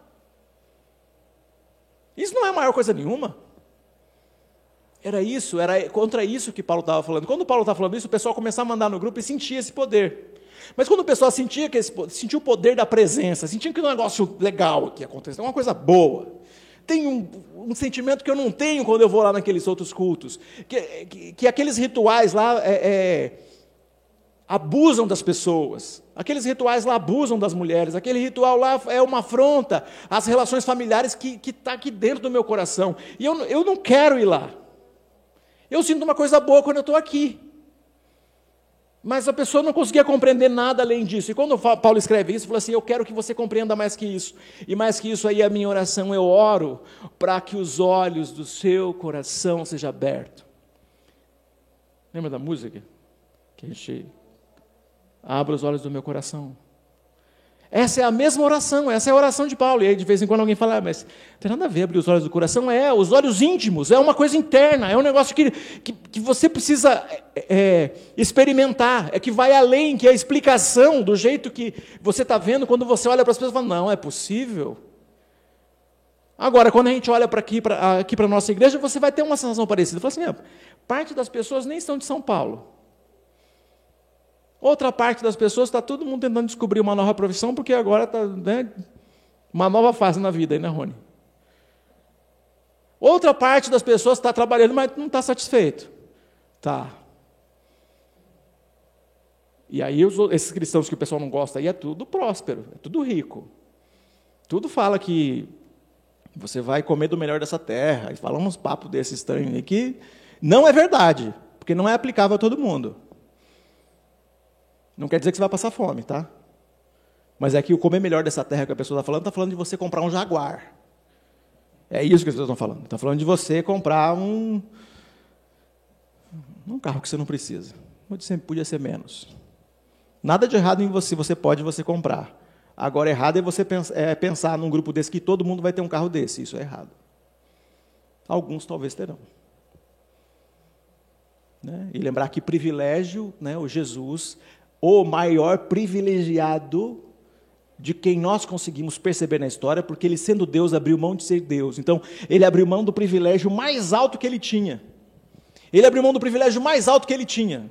Isso não é maior coisa nenhuma. Era contra isso que Paulo estava falando. Quando Paulo estava falando isso, o pessoal começava a mandar no grupo e sentia esse poder. Mas quando a pessoa sentia o poder da presença, sentia que é um negócio legal que aconteceu, uma coisa boa, tem um sentimento que eu não tenho quando eu vou lá naqueles outros cultos, que aqueles rituais lá abusam das pessoas, aqueles rituais lá abusam das mulheres, aquele ritual lá é uma afronta às relações familiares que está aqui dentro do meu coração, e eu não quero ir lá. Eu sinto uma coisa boa quando eu estou aqui. Mas a pessoa não conseguia compreender nada além disso. E quando Paulo escreve isso, ele falou assim, eu quero que você compreenda mais que isso. E mais que isso aí, a minha oração, eu oro para que os olhos do seu coração sejam abertos. Lembra da música? Que a gente abra os olhos do meu coração. Essa é a mesma oração, essa é a oração de Paulo. E aí de vez em quando alguém fala, mas não tem nada a ver abrir os olhos do coração. Os olhos íntimos, é uma coisa interna, é um negócio que você precisa experimentar, que vai além, que é a explicação do jeito que você está vendo quando você olha para as pessoas e fala, não, é possível. Agora, quando a gente olha aqui para a nossa igreja, você vai ter uma sensação parecida. Fala assim, parte das pessoas nem são de São Paulo. Outra parte das pessoas está todo mundo tentando descobrir uma nova profissão, porque agora está uma nova fase na vida, aí, né, Rony? Outra parte das pessoas está trabalhando, mas não está satisfeito. Tá. E aí esses cristãos que o pessoal não gosta aí é tudo próspero, é tudo rico. Tudo fala que você vai comer do melhor dessa terra, e fala uns papos desses estranhos aí que não é verdade, porque não é aplicável a todo mundo. Não quer dizer que você vai passar fome, tá? Mas é que o comer melhor dessa terra que a pessoa está falando de você comprar um Jaguar. É isso que as pessoas estão falando. Está falando de você comprar um carro que você não precisa. Podia ser menos. Nada de errado em você pode comprar. Agora, errado é você pensar num grupo desse que todo mundo vai ter um carro desse. Isso é errado. Alguns talvez terão. Né? E lembrar que privilégio, né, o Jesus, o maior privilegiado de quem nós conseguimos perceber na história, porque ele, sendo Deus, abriu mão de ser Deus. Então, ele abriu mão do privilégio mais alto que ele tinha. Ele abriu mão do privilégio mais alto que ele tinha.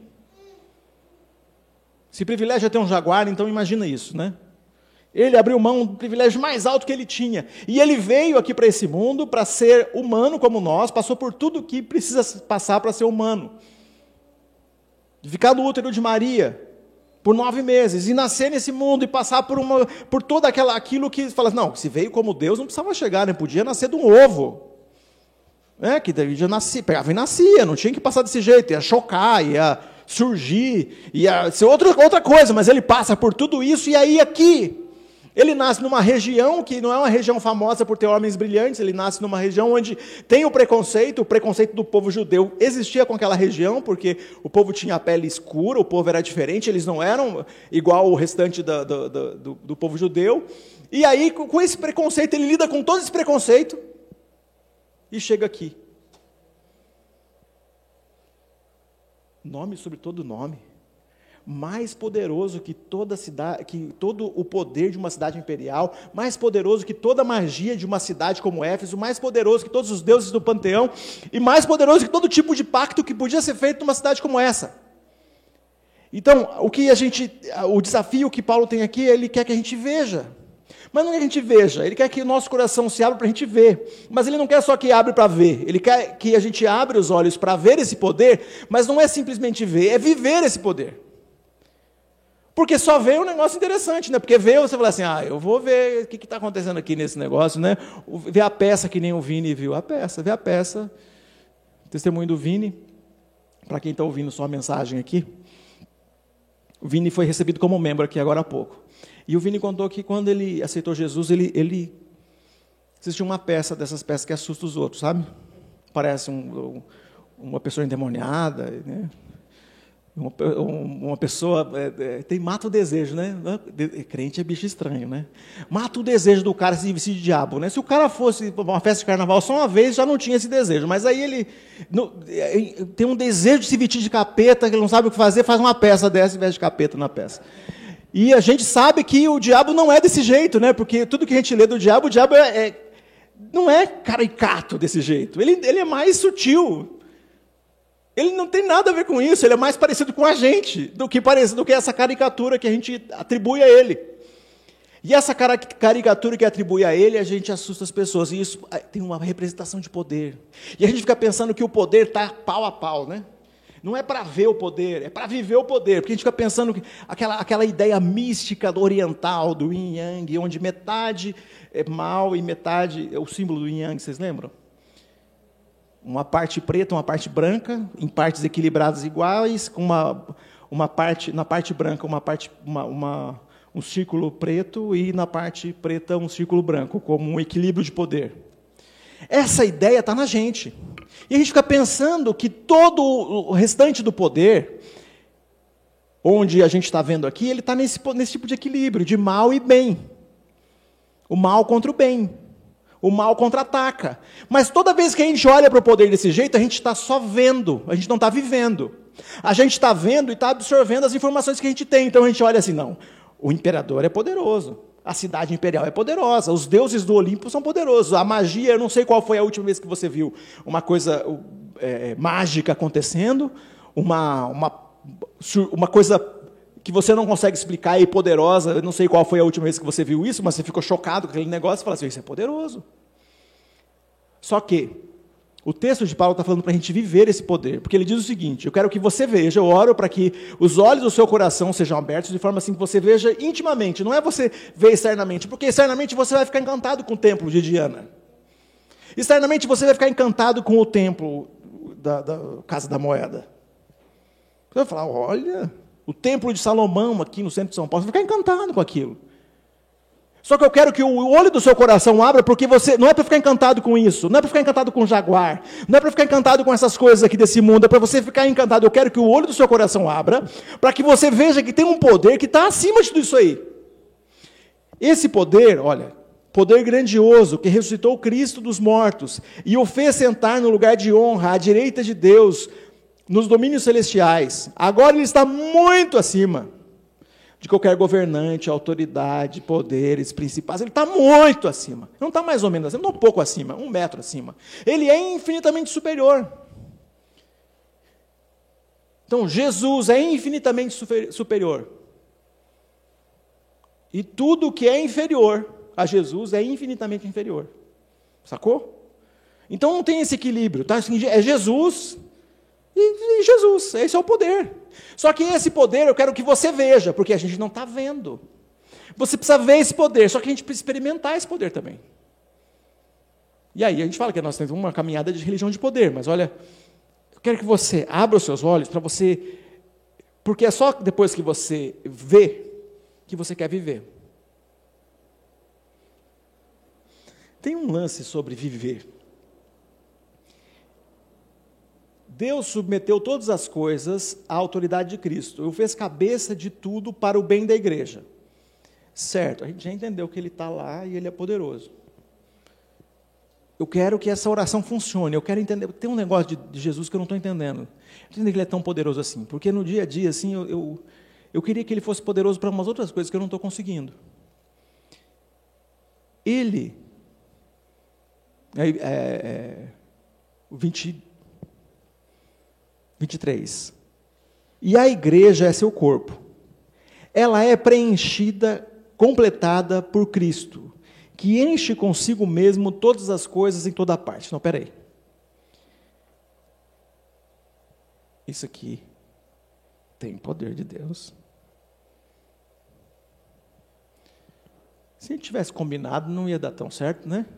Se privilégio é ter um Jaguar, então imagina isso, né? Ele abriu mão do privilégio mais alto que ele tinha. E ele veio aqui para esse mundo para ser humano como nós, passou por tudo que precisa passar para ser humano. De ficar no útero de Maria por 9 meses, e nascer nesse mundo, e passar por todo aquilo que fala, não, se veio como Deus, não precisava chegar, né? Podia nascer de um ovo. Que daí já nascia, pegava e nascia, não tinha que passar desse jeito, ia chocar, ia surgir, ia ser outra coisa, mas ele passa por tudo isso, e aí aqui, ele nasce numa região que não é uma região famosa por ter homens brilhantes, ele nasce numa região onde tem o preconceito do povo judeu existia com aquela região, porque o povo tinha a pele escura, o povo era diferente, eles não eram igual o restante do povo judeu, e aí com esse preconceito, ele lida com todo esse preconceito, e chega aqui. Nome sobre todo nome. Mais poderoso que toda cidade, que todo o poder de uma cidade imperial, mais poderoso que toda a magia de uma cidade como Éfeso, mais poderoso que todos os deuses do panteão, e mais poderoso que todo tipo de pacto que podia ser feito numa cidade como essa. Então, o desafio que Paulo tem aqui, ele quer que a gente veja. Mas não é que a gente veja, ele quer que o nosso coração se abra para a gente ver. Mas ele não quer só que abra para ver, ele quer que a gente abra os olhos para ver esse poder, mas não é simplesmente ver, é viver esse poder. Porque só ver é um negócio interessante, né? Porque ver, você fala assim, eu vou ver o que está acontecendo aqui nesse negócio, né? Ver a peça que nem o Vini viu a peça, ver a peça. Testemunho do Vini, para quem está ouvindo só a mensagem aqui, o Vini foi recebido como membro aqui agora há pouco. E o Vini contou que quando ele aceitou Jesus, ele assistiu uma peça, dessas peças que assustam os outros, sabe? Parece uma pessoa endemoniada, né? Uma pessoa mata o desejo, né? Crente é bicho estranho, né? Mata o desejo do cara se vestir de diabo, né? Se o cara fosse para uma festa de carnaval só uma vez, já não tinha esse desejo. Mas aí ele tem um desejo de se vestir de capeta, que ele não sabe o que fazer, faz uma peça dessa e veste de capeta na peça. E a gente sabe que o diabo não é desse jeito, né? Porque tudo que a gente lê do diabo, o diabo não é caricato desse jeito. Ele é mais sutil. Ele não tem nada a ver com isso, ele é mais parecido com a gente do que essa caricatura que a gente atribui a ele. E essa caricatura que atribui a ele, a gente assusta as pessoas. E isso tem uma representação de poder. E a gente fica pensando que o poder está pau a pau, né? Não é para ver o poder, é para viver o poder. Porque a gente fica pensando que aquela ideia mística do oriental, do yin yang, onde metade é mal e metade é o símbolo do yin yang, vocês lembram? Uma parte preta, uma parte branca, em partes equilibradas iguais, com uma parte, na parte branca, um círculo preto e na parte preta um círculo branco, como um equilíbrio de poder. Essa ideia está na gente. E a gente fica pensando que todo o restante do poder, onde a gente está vendo aqui, ele está nesse tipo de equilíbrio, de mal e bem. O mal contra o bem. O mal contra-ataca. Mas toda vez que a gente olha para o poder desse jeito, a gente está só vendo, a gente não está vivendo. A gente está vendo e está absorvendo as informações que a gente tem. Então a gente olha assim, não, o imperador é poderoso, a cidade imperial é poderosa, os deuses do Olimpo são poderosos, a magia, eu não sei qual foi a última vez que você viu uma coisa mágica acontecendo, uma coisa que você não consegue explicar e poderosa, eu não sei qual foi a última vez que você viu isso, mas você ficou chocado com aquele negócio e fala assim, isso é poderoso. Só que o texto de Paulo está falando para a gente viver esse poder, porque ele diz o seguinte, eu quero que você veja, eu oro para que os olhos do seu coração sejam abertos, de forma assim que você veja intimamente, não é você ver externamente, porque externamente você vai ficar encantado com o templo de Diana. Externamente você vai ficar encantado com o templo da Casa da Moeda. Você vai falar, olha, o templo de Salomão aqui no centro de São Paulo, você vai ficar encantado com aquilo. Só que eu quero que o olho do seu coração abra, porque você não é para ficar encantado com isso, não é para ficar encantado com o jaguar, não é para ficar encantado com essas coisas aqui desse mundo, é para você ficar encantado. Eu quero que o olho do seu coração abra, para que você veja que tem um poder que está acima de tudo isso aí. Esse poder, olha, poder grandioso, que ressuscitou Cristo dos mortos e o fez sentar no lugar de honra, à direita de Deus, nos domínios celestiais. Agora ele está muito acima de qualquer governante, autoridade, poderes, principais. Ele está muito acima. Não está mais ou menos acima, não um pouco acima, 1 metro acima. Ele é infinitamente superior. Então, Jesus é infinitamente superior. E tudo que é inferior a Jesus é infinitamente inferior. Sacou? Então, não tem esse equilíbrio. Tá? É Jesus e Jesus. Esse é o poder. Só que esse poder eu quero que você veja, porque a gente não está vendo. Você precisa ver esse poder, só que a gente precisa experimentar esse poder também. E aí a gente fala que nós temos uma caminhada de religião de poder, mas olha, eu quero que você abra os seus olhos para você, porque é só depois que você vê que você quer viver. Tem um lance sobre viver. Deus submeteu todas as coisas à autoridade de Cristo. Ele fez cabeça de tudo para o bem da igreja. Certo, a gente já entendeu que Ele está lá e Ele é poderoso. Eu quero que essa oração funcione. Eu quero entender. Tem um negócio de Jesus que eu não estou entendendo. Eu entendo que Ele é tão poderoso assim. Porque no dia a dia, assim, eu queria que Ele fosse poderoso para umas outras coisas que eu não estou conseguindo. Ele... 23. E a igreja é seu corpo. Ela é preenchida, completada por Cristo, que enche consigo mesmo todas as coisas em toda parte. Não, peraí. Isso aqui tem poder de Deus. Se a gente tivesse combinado, não ia dar tão certo, né?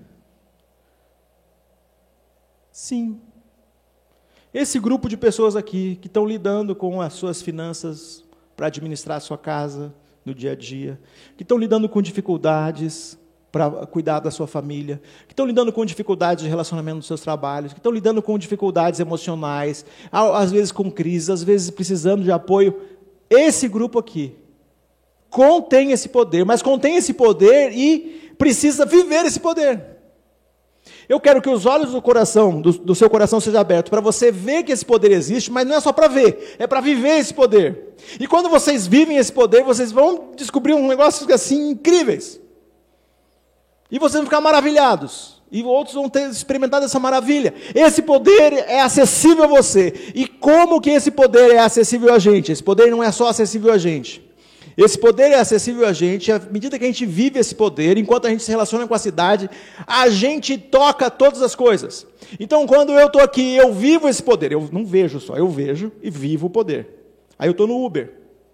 Sim. Esse grupo de pessoas aqui, que estão lidando com as suas finanças para administrar a sua casa no dia a dia, que estão lidando com dificuldades para cuidar da sua família, que estão lidando com dificuldades de relacionamento nos seus trabalhos, que estão lidando com dificuldades emocionais, às vezes com crises, às vezes precisando de apoio. Esse grupo aqui contém esse poder, mas contém esse poder e precisa viver esse poder. Eu quero que os olhos do coração, do seu coração sejam abertos, para você ver que esse poder existe, mas não é só para ver, é para viver esse poder. E quando vocês vivem esse poder, vocês vão descobrir um negócio assim incríveis. E vocês vão ficar maravilhados. e outros vão ter experimentado essa maravilha. Esse poder é acessível a você. E como que esse poder é acessível a gente? Esse poder não é só acessível a gente. Esse poder é acessível a gente, à medida que a gente vive esse poder, enquanto a gente se relaciona com a cidade, a gente toca todas as coisas. Então, quando eu estou aqui, eu vivo esse poder. Eu não vejo só, eu vejo e vivo o poder. Aí eu estou no Uber.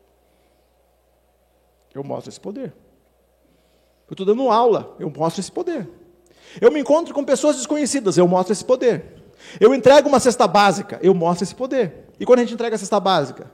Eu mostro esse poder. Eu estou dando aula, eu mostro esse poder. Eu me encontro com pessoas desconhecidas, eu mostro esse poder. Eu entrego uma cesta básica, eu mostro esse poder. E quando a gente entrega a cesta básica?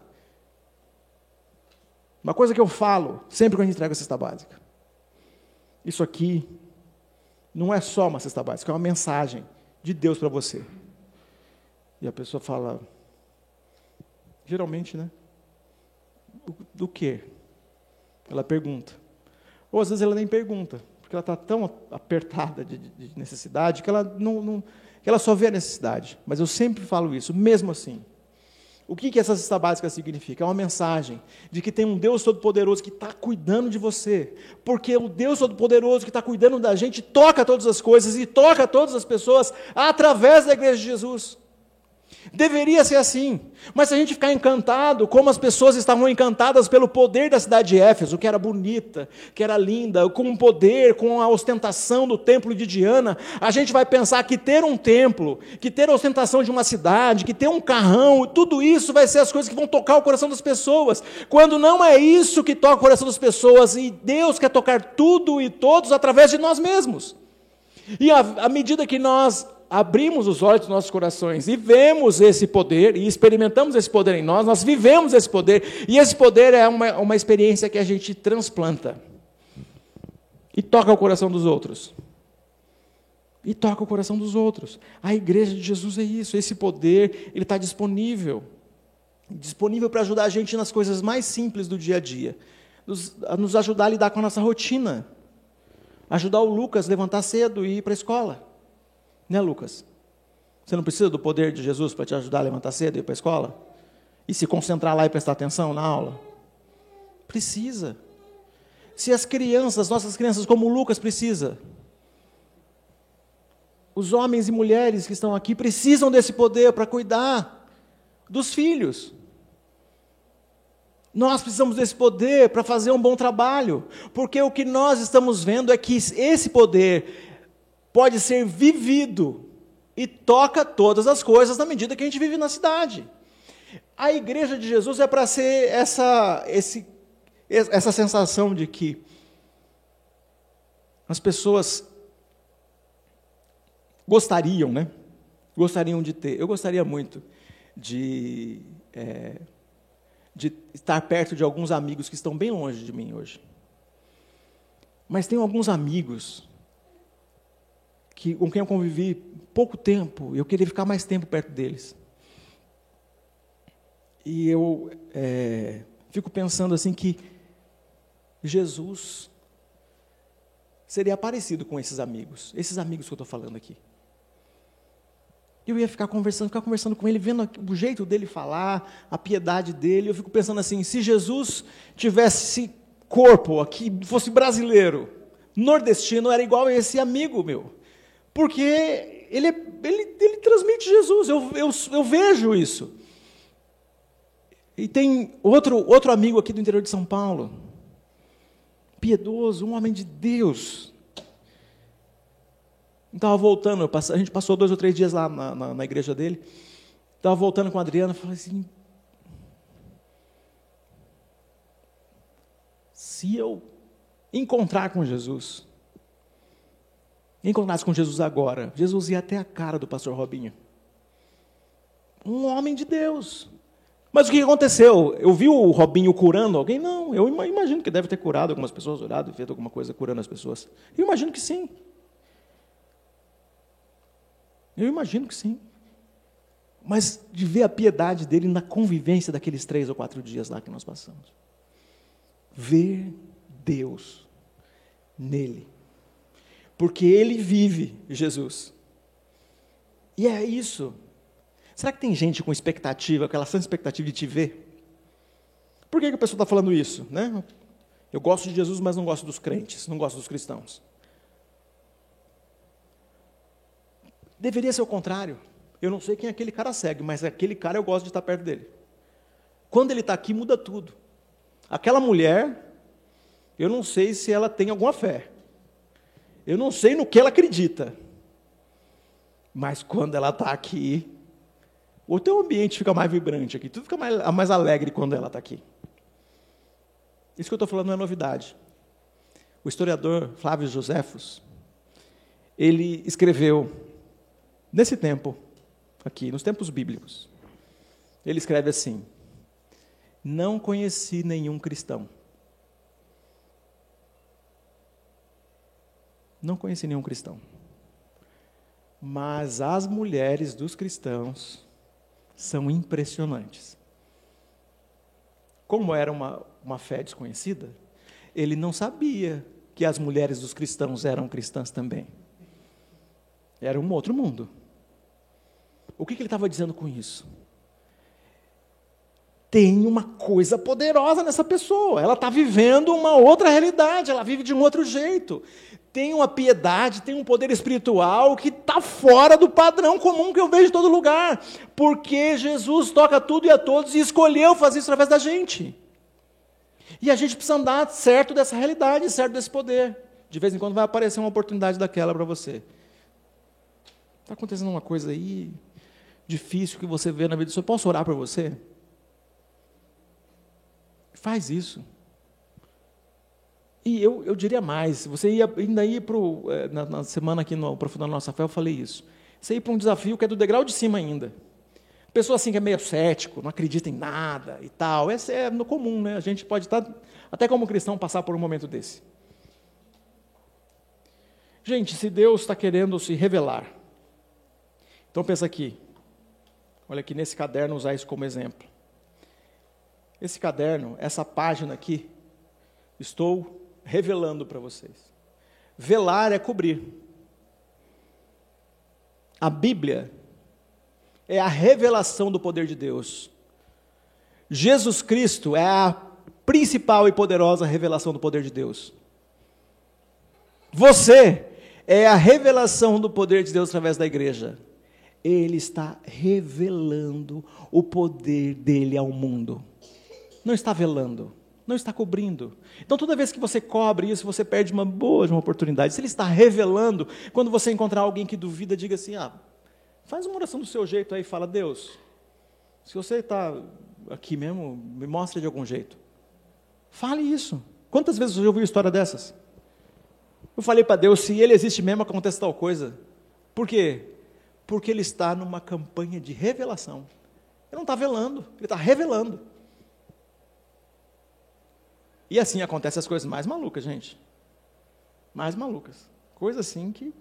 Uma coisa que eu falo, sempre que a gente entrega a cesta básica. Isso aqui não é só uma cesta básica, é uma mensagem de Deus para você. E a pessoa fala, geralmente, né? Do quê? Ela pergunta. Ou às vezes ela nem pergunta, porque ela está tão apertada de necessidade que ela, que ela só vê a necessidade. Mas eu sempre falo isso, mesmo assim. O que essa cesta básica significa? É uma mensagem de que tem um Deus Todo-Poderoso que está cuidando de você. Porque o Deus Todo-Poderoso que está cuidando da gente toca todas as coisas e toca todas as pessoas através da igreja de Jesus. Deveria ser assim, mas se a gente ficar encantado, como as pessoas estavam encantadas pelo poder da cidade de Éfeso, que era bonita, que era linda, com o poder, com a ostentação do templo de Diana, a gente vai pensar que ter um templo, que ter a ostentação de uma cidade, que ter um carrão, tudo isso vai ser as coisas que vão tocar o coração das pessoas, quando não é isso que toca o coração das pessoas, e Deus quer tocar tudo e todos através de nós mesmos. E à medida que nós abrimos os olhos dos nossos corações e vemos esse poder, e experimentamos esse poder em nós, nós vivemos esse poder, e esse poder é uma experiência que a gente transplanta, e toca o coração dos outros, e toca o coração dos outros. A igreja de Jesus é isso, esse poder, ele está disponível para ajudar a gente nas coisas mais simples do dia a dia, nos ajudar a lidar com a nossa rotina, ajudar o Lucas a levantar cedo e ir para a escola. Né, Lucas? Você não precisa do poder de Jesus para te ajudar a levantar cedo e ir para a escola? E se concentrar lá e prestar atenção na aula? Precisa. Se as crianças, nossas crianças, como o Lucas precisa, os homens e mulheres que estão aqui precisam desse poder para cuidar dos filhos. Nós precisamos desse poder para fazer um bom trabalho, porque o que nós estamos vendo é que esse poder pode ser vivido e toca todas as coisas na medida que a gente vive na cidade. A igreja de Jesus é para ser essa sensação de que as pessoas gostariam, né? Gostariam de ter. Eu gostaria muito de estar perto de alguns amigos que estão bem longe de mim hoje. Mas tenho alguns amigos com quem eu convivi pouco tempo, e eu queria ficar mais tempo perto deles. E eu fico pensando assim que Jesus seria parecido com esses amigos que eu estou falando aqui. Eu ia ficar conversando com ele, vendo o jeito dele falar, a piedade dele. Eu fico pensando assim, se Jesus tivesse corpo aqui, fosse brasileiro, nordestino, era igual a esse amigo meu. Porque ele transmite Jesus, eu vejo isso. E tem outro amigo aqui do interior de São Paulo, piedoso, um homem de Deus. Estava voltando, a gente passou 2 ou 3 dias lá na igreja dele, estava voltando com a Adriana, falei assim, se eu encontrar com Jesus, encontrasse com Jesus agora, Jesus ia até a cara do pastor Robinho. Um homem de Deus. Mas o que aconteceu? Eu vi o Robinho curando alguém? Não, eu imagino que deve ter curado algumas pessoas, orado e feito alguma coisa curando as pessoas. Eu imagino que sim. Eu imagino que sim. Mas de ver a piedade dele na convivência daqueles 3 ou 4 dias lá que nós passamos. Ver Deus nele. Porque ele vive Jesus. E é isso. Será que tem gente com expectativa, aquela sã expectativa de te ver? Por que a pessoa está falando isso? Né? Eu gosto de Jesus, mas não gosto dos crentes, não gosto dos cristãos. Deveria ser o contrário. Eu não sei quem aquele cara segue, mas aquele cara eu gosto de estar perto dele. Quando ele está aqui, muda tudo. Aquela mulher, eu não sei se ela tem alguma fé. Eu não sei no que ela acredita. Mas quando ela está aqui, o teu ambiente fica mais vibrante aqui. Tudo fica mais alegre quando ela está aqui. Isso que eu estou falando não é novidade. O historiador Flávio Joséfos, ele escreveu, nesse tempo, aqui, nos tempos bíblicos, ele escreve assim: não conheci nenhum cristão. Não conheci nenhum cristão. Mas as mulheres dos cristãos são impressionantes. Como era uma fé desconhecida, ele não sabia que as mulheres dos cristãos eram cristãs também. Era um outro mundo. O que ele estava dizendo com isso? Tem uma coisa poderosa nessa pessoa. Ela está vivendo uma outra realidade, ela vive de um outro jeito. Tem uma piedade, tem um poder espiritual que está fora do padrão comum que eu vejo em todo lugar. Porque Jesus toca tudo e a todos e escolheu fazer isso através da gente. E a gente precisa andar certo dessa realidade, certo desse poder. De vez em quando vai aparecer uma oportunidade daquela para você. Está acontecendo uma coisa aí difícil que você vê na vida do senhor. Posso orar por você? Faz isso. E eu diria mais, você ainda ia na semana aqui no Aprofundando Nossa Fé, eu falei isso. Você ia para um desafio que é do degrau de cima ainda. Pessoa assim que é meio cético, não acredita em nada e tal. Esse é no comum, né? A gente pode estar, até como cristão, passar por um momento desse. Gente, se Deus está querendo se revelar, então pensa aqui, olha aqui nesse caderno, usar isso como exemplo. Esse caderno, essa página aqui, estou revelando para vocês. Velar é cobrir. A Bíblia é a revelação do poder de Deus. Jesus Cristo é a principal e poderosa revelação do poder de Deus. Você é a revelação do poder de Deus através da igreja. Ele está revelando o poder dele ao mundo. Não está velando, não está cobrindo. Então, toda vez que você cobre isso, você perde uma oportunidade. Se ele está revelando, quando você encontrar alguém que duvida, diga assim, faz uma oração do seu jeito aí, fala, Deus, se você está aqui mesmo, me mostra de algum jeito. Fale isso. Quantas vezes você já ouviu história dessas? Eu falei para Deus, se ele existe mesmo, acontece tal coisa. Por quê? Porque ele está numa campanha de revelação. Ele não está velando, ele está revelando. E assim acontecem as coisas mais malucas, gente. Mais malucas. Coisa assim que...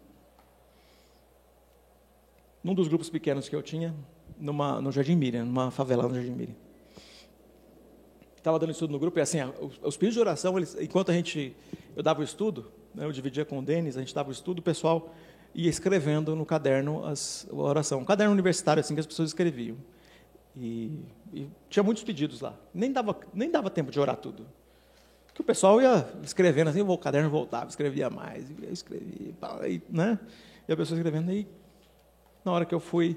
Num dos grupos pequenos que eu tinha, no Jardim Miriam, numa favela no Jardim Miriam. Estava dando estudo no grupo, e assim, os pedidos de oração, enquanto eu dava o estudo, né, eu dividia com o Denis, a gente dava o estudo, o pessoal ia escrevendo no caderno a oração. Um caderno universitário, assim, que as pessoas escreviam. E tinha muitos pedidos lá. Nem dava tempo de orar tudo. Que o pessoal ia escrevendo assim, o caderno voltava, escrevia mais, escrevia, né? E a pessoa escrevendo, aí na hora que eu fui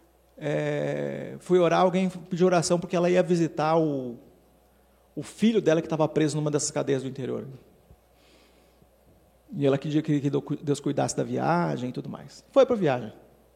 orar, alguém pediu oração porque ela ia visitar o filho dela que estava preso numa dessas cadeias do interior. E ela queria que Deus cuidasse da viagem e tudo mais. Foi para a viagem.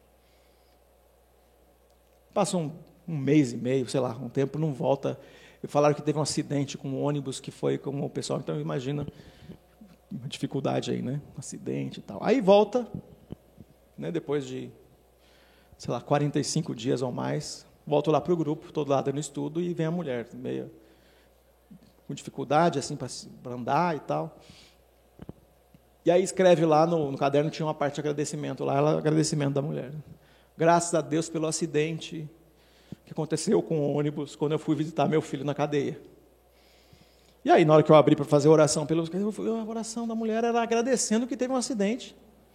Passou um mês e meio, sei lá, um tempo, não volta. Falaram que teve um acidente com um ônibus que foi com o pessoal, então imagina uma dificuldade aí, né? Um acidente e tal. Aí volta, né, depois de, sei lá, 45 dias ou mais, volto lá para o grupo, todo lá dando estudo, e vem a mulher, meio com dificuldade, assim, para andar e tal. E aí escreve lá no caderno, tinha uma parte de agradecimento lá, agradecimento da mulher. Graças a Deus pelo acidente que aconteceu com o ônibus quando eu fui visitar meu filho na cadeia. E aí, na hora que eu abri para fazer a oração, a oração da mulher era agradecendo que teve um acidente.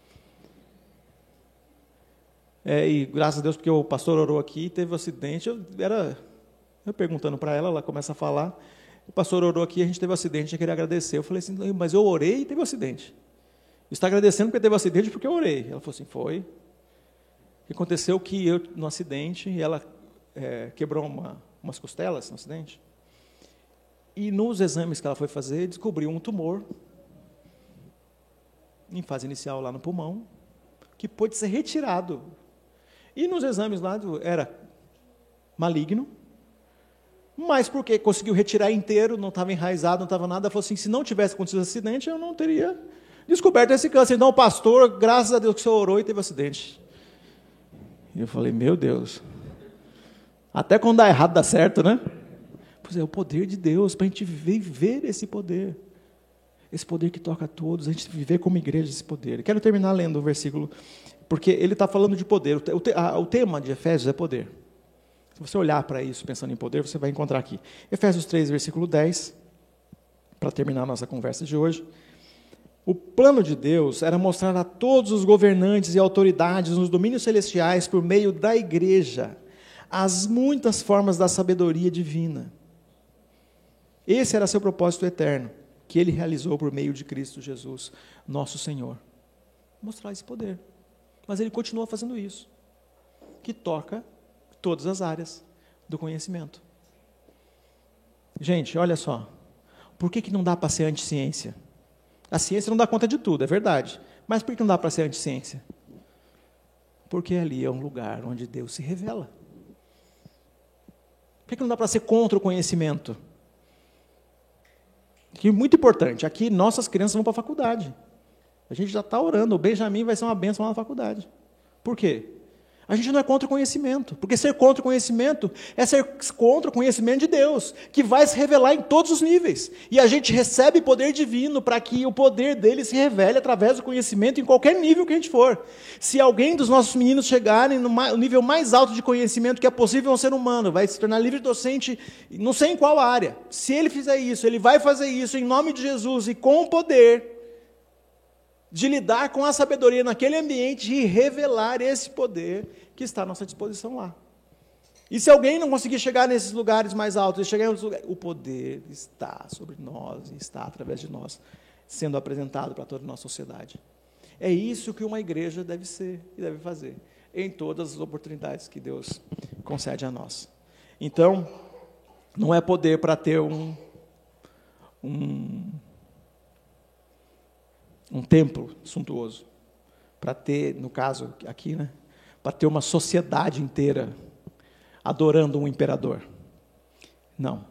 E graças a Deus, porque o pastor orou aqui, teve um acidente, eu perguntando para ela, ela começa a falar, o pastor orou aqui, a gente teve um acidente, eu queria agradecer. Eu falei assim, mas eu orei e teve um acidente. Está agradecendo porque teve um acidente porque eu orei. Ela falou assim, foi. Aconteceu que eu, no acidente, ela quebrou umas costelas no acidente. E nos exames que ela foi fazer, descobriu um tumor em fase inicial lá no pulmão, que pôde ser retirado. E nos exames lá era maligno, mas porque conseguiu retirar inteiro, não estava enraizado, não estava nada, falou assim, se não tivesse acontecido esse acidente, eu não teria descoberto esse câncer. Então o pastor, graças a Deus que o senhor orou e teve acidente. E eu falei, meu Deus, até quando dá errado dá certo, né? Pois é, o poder de Deus, para a gente viver esse poder que toca a todos, a gente viver como igreja esse poder. Quero terminar lendo o versículo, porque ele está falando de poder. O tema de Efésios é poder. Se você olhar para isso pensando em poder, você vai encontrar aqui. Efésios 3, versículo 10, para terminar a nossa conversa de hoje. O plano de Deus era mostrar a todos os governantes e autoridades nos domínios celestiais, por meio da igreja, as muitas formas da sabedoria divina. Esse era seu propósito eterno, que ele realizou por meio de Cristo Jesus, nosso Senhor. Mostrar esse poder. Mas ele continua fazendo isso, que toca todas as áreas do conhecimento. Gente, olha só, por que não dá para ser anti-ciência? A ciência não dá conta de tudo, é verdade. Mas por que não dá para ser anti-ciência? Porque ali é um lugar onde Deus se revela. Por que não dá para ser contra o conhecimento? Que é muito importante, aqui nossas crianças vão para a faculdade. A gente já está orando, o Benjamin vai ser uma bênção lá na faculdade. Por quê? A gente não é contra o conhecimento, porque ser contra o conhecimento é ser contra o conhecimento de Deus, que vai se revelar em todos os níveis. E a gente recebe poder divino para que o poder dele se revele através do conhecimento em qualquer nível que a gente for. Se alguém dos nossos meninos chegarem no nível mais alto de conhecimento que é possível a um ser humano, vai se tornar livre docente, não sei em qual área. Se ele fizer isso, ele vai fazer isso em nome de Jesus e com o poder de lidar com a sabedoria naquele ambiente e revelar esse poder que está à nossa disposição lá. E se alguém não conseguir chegar nesses lugares mais altos, chegar em outros lugares, o poder está sobre nós e está através de nós, sendo apresentado para toda a nossa sociedade. É isso que uma igreja deve ser e deve fazer, em todas as oportunidades que Deus concede a nós. Então, não é poder para ter um templo suntuoso, para ter, no caso aqui, né, para ter uma sociedade inteira adorando um imperador. Não.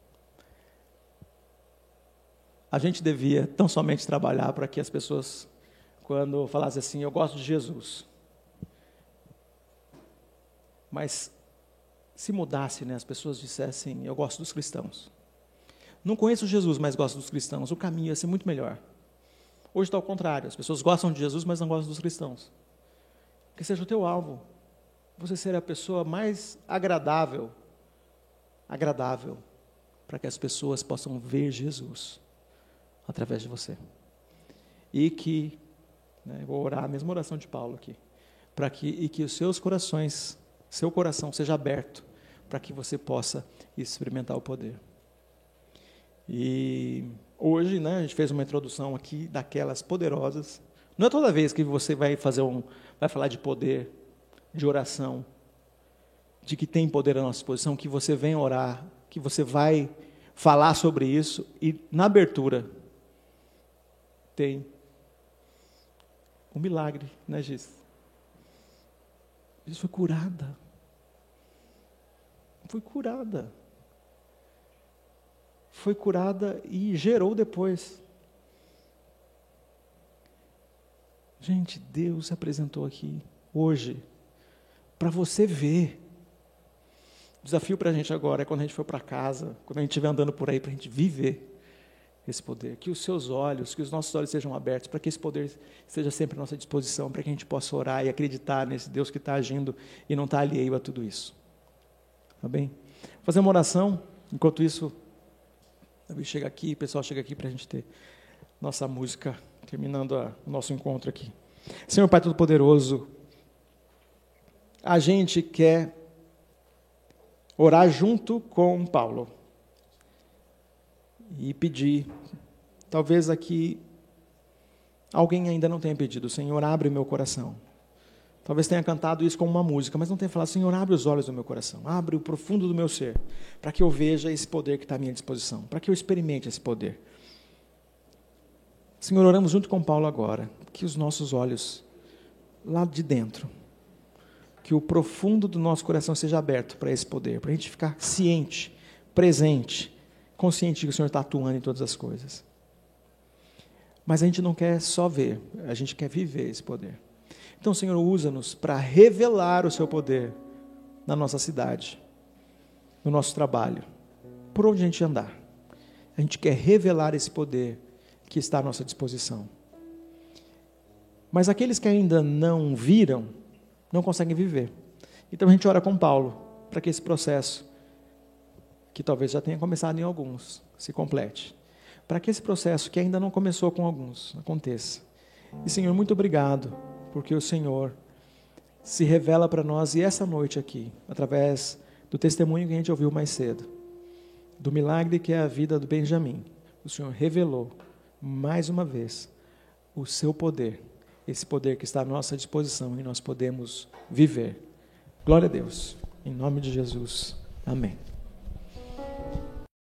A gente devia tão somente trabalhar para que as pessoas, quando falassem assim, eu gosto de Jesus, mas se mudasse, né, as pessoas dissessem, eu gosto dos cristãos. Não conheço Jesus, mas gosto dos cristãos. O caminho ia ser muito melhor. Hoje está ao contrário, as pessoas gostam de Jesus, mas não gostam dos cristãos. Que seja o teu alvo, você ser a pessoa mais agradável, para que as pessoas possam ver Jesus através de você. E que, vou orar a mesma oração de Paulo aqui, que os seus corações, seu coração seja aberto, para que você possa experimentar o poder. E hoje, a gente fez uma introdução aqui daquelas poderosas. Não é toda vez que você vai falar de poder, de oração, de que tem poder à nossa disposição, que você vem orar, que você vai falar sobre isso e na abertura tem um milagre, né, Giz? Giz foi curada. Foi curada e gerou depois. Gente, Deus se apresentou aqui, hoje, para você ver. O desafio para a gente agora é quando a gente for para casa, quando a gente estiver andando por aí, para a gente viver esse poder. Que os seus olhos, que os nossos olhos sejam abertos, para que esse poder esteja sempre à nossa disposição, para que a gente possa orar e acreditar nesse Deus que está agindo e não está alheio a tudo isso. Tá bem? Vou fazer uma oração, enquanto isso, chega aqui, o pessoal chega aqui para a gente ter nossa música, terminando o nosso encontro aqui. Senhor Pai Todo-Poderoso, a gente quer orar junto com Paulo e pedir, talvez aqui alguém ainda não tenha pedido, Senhor, abre meu coração Talvez tenha cantado isso como uma música, mas não tenha falado, Senhor, abre os olhos do meu coração, abre o profundo do meu ser, para que eu veja esse poder que está à minha disposição, para que eu experimente esse poder. Senhor, oramos junto com Paulo agora, que os nossos olhos, lá de dentro, que o profundo do nosso coração seja aberto para esse poder, para a gente ficar ciente, presente, consciente de que o Senhor está atuando em todas as coisas. Mas a gente não quer só ver, a gente quer viver esse poder. Então, Senhor, usa-nos para revelar o seu poder na nossa cidade, no nosso trabalho, por onde a gente andar. A gente quer revelar esse poder que está à nossa disposição. Mas aqueles que ainda não viram, não conseguem viver. Então a gente ora com Paulo, para que esse processo, que talvez já tenha começado em alguns, se complete. Para que esse processo, que ainda não começou com alguns, aconteça. E, Senhor, muito obrigado, porque o Senhor se revela para nós, e essa noite aqui, através do testemunho que a gente ouviu mais cedo, do milagre que é a vida do Benjamim, o Senhor revelou, mais uma vez, o seu poder, esse poder que está à nossa disposição e nós podemos viver. Glória a Deus. Em nome de Jesus. Amém.